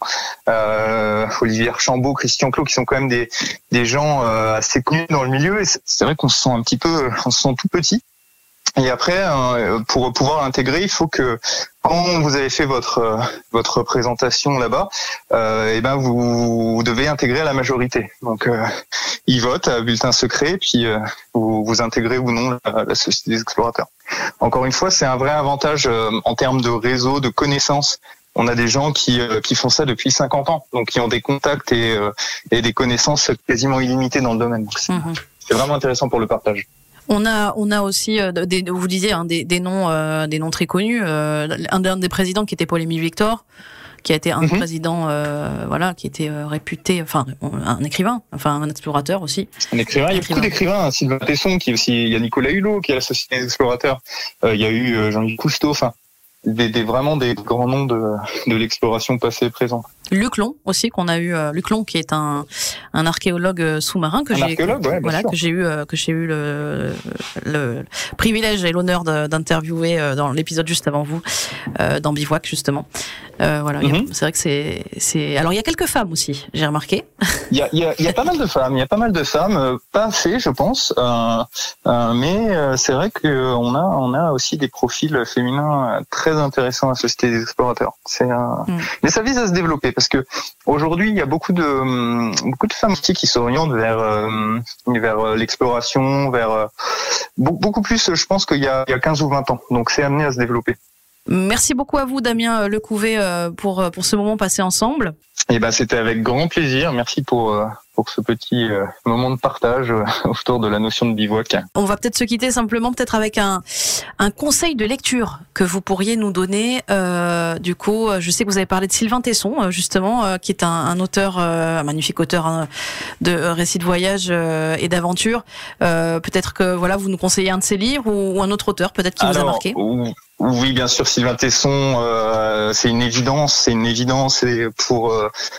Euh, Olivier Archambault, Christian Clot, qui sont quand même des des gens euh, assez connus dans le milieu. Et c'est, c'est vrai qu'on se sent un petit peu, on se sent tout petit. Et après, pour pouvoir l'intégrer, il faut que quand vous avez fait votre votre présentation là-bas, euh, et ben vous, vous devez intégrer à la majorité. Donc, euh, ils votent à bulletin secret, puis euh, vous vous intégrez ou non la, la Société des explorateurs. Encore une fois, c'est un vrai avantage euh, en termes de réseau, de connaissances. On a des gens qui euh, qui font ça depuis cinquante ans, donc qui ont des contacts et euh, et des connaissances quasiment illimitées dans le domaine. Donc, c'est, mmh. c'est vraiment intéressant pour le partage.
On a, on a aussi, euh, des, vous disiez, hein, des, des noms, euh, des noms très connus. Euh, un, un des présidents qui était Paul-Émile Victor, qui a été un mm-hmm. président, euh, voilà, qui était euh, réputé, enfin, un écrivain, enfin, un explorateur aussi.
Un écrivain. Il y a beaucoup d'écrivains. Hein. Sylvain Tesson, qui est aussi, il y a Nicolas Hulot, qui est à la Société des explorateurs. Euh, il y a eu euh, Jean-Luc Cousteau. Enfin, des, des vraiment des grands noms de, de l'exploration passée et présente.
Luc Long aussi qu'on a eu, euh, Luc Long qui est un un archéologue sous-marin que
un
j'ai
archéologue, ouais,
voilà
sûr.
que j'ai eu euh, que j'ai eu le, le privilège et l'honneur de, d'interviewer euh, dans l'épisode juste avant vous euh, dans Bivouac justement. Euh, voilà, mm-hmm. a, c'est vrai que c'est c'est alors il y a quelques femmes aussi, j'ai remarqué.
Il y a il y a il y a pas mal de femmes, il y a pas mal de femmes, euh, pas assez je pense, euh, euh, mais euh, c'est vrai que on a on a aussi des profils féminins très intéressants à la Société des explorateurs. C'est un... mm. mais ça vise à se développer parce que aujourd'hui il y a beaucoup de beaucoup de femmes aussi qui s'orientent vers euh, vers l'exploration, vers euh, beaucoup plus je pense qu'il y a il y a quinze ou vingt ans. Donc c'est amené à se développer.
Merci beaucoup à vous, Damien Lecouvet, pour pour ce moment passé ensemble.
Eh ben, c'était avec grand plaisir. Merci pour pour ce petit moment de partage autour de la notion de bivouac.
On va peut-être se quitter simplement, peut-être avec un un conseil de lecture que vous pourriez nous donner. Euh, du coup, je sais que vous avez parlé de Sylvain Tesson, justement, euh, qui est un, un auteur, euh, un magnifique auteur hein, de récits de voyage euh, et d'aventure. Euh, peut-être que voilà, vous nous conseillez un de ses livres ou, ou un autre auteur, peut-être qui
Alors,
vous a marqué.
Ou... Oui, bien sûr, Sylvain Tesson, euh, c'est une évidence, c'est une évidence. Et pour euh,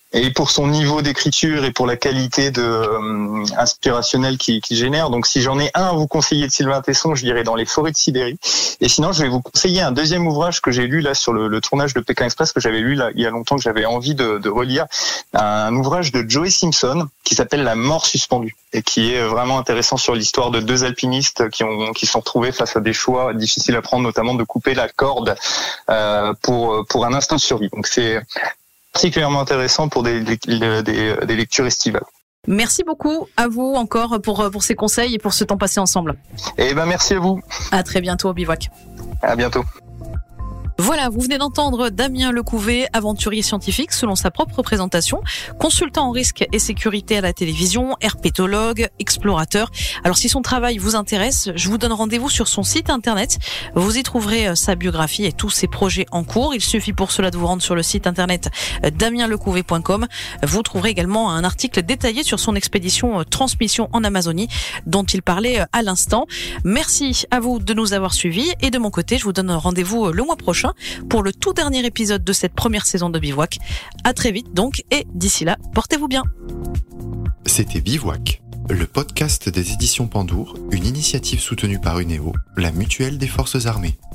et pour son niveau d'écriture et pour la qualité de euh, inspirationnelle qu'il qui génère. Donc si j'en ai un à vous conseiller de Sylvain Tesson, je dirais Dans les forêts de Sibérie. Et sinon, je vais vous conseiller un deuxième ouvrage que j'ai lu là sur le, le tournage de Pékin Express, que j'avais lu là il y a longtemps, que j'avais envie de, de relire, un ouvrage de Joey Simpson qui s'appelle La mort suspendue et qui est vraiment intéressant sur l'histoire de deux alpinistes qui ont qui sont retrouvés face à des choix difficiles à prendre, notamment de couper la corde euh, pour pour un instant de survie. Donc c'est particulièrement intéressant pour des, des, des, des lectures estivales.
Merci beaucoup à vous encore pour, pour ces conseils et pour ce temps passé ensemble.
Et ben merci à vous.
À très bientôt au Bivouac.
À bientôt.
Voilà, vous venez d'entendre Damien Lecouvé, aventurier scientifique selon sa propre présentation, consultant en risque et sécurité à la télévision, herpétologue, explorateur. Alors si son travail vous intéresse, je vous donne rendez-vous sur son site internet. Vous y trouverez sa biographie et tous ses projets en cours. Il suffit pour cela de vous rendre sur le site internet damien lecouvé point com. Vous trouverez également un article détaillé sur son expédition Transmission en Amazonie dont il parlait à l'instant. Merci à vous de nous avoir suivis et de mon côté, je vous donne rendez-vous le mois prochain pour le tout dernier épisode de cette première saison de Bivouac. À très vite donc, et d'ici là, portez-vous bien.
C'était Bivouac, le podcast des éditions Pandour, une initiative soutenue par Unéo, la mutuelle des forces armées.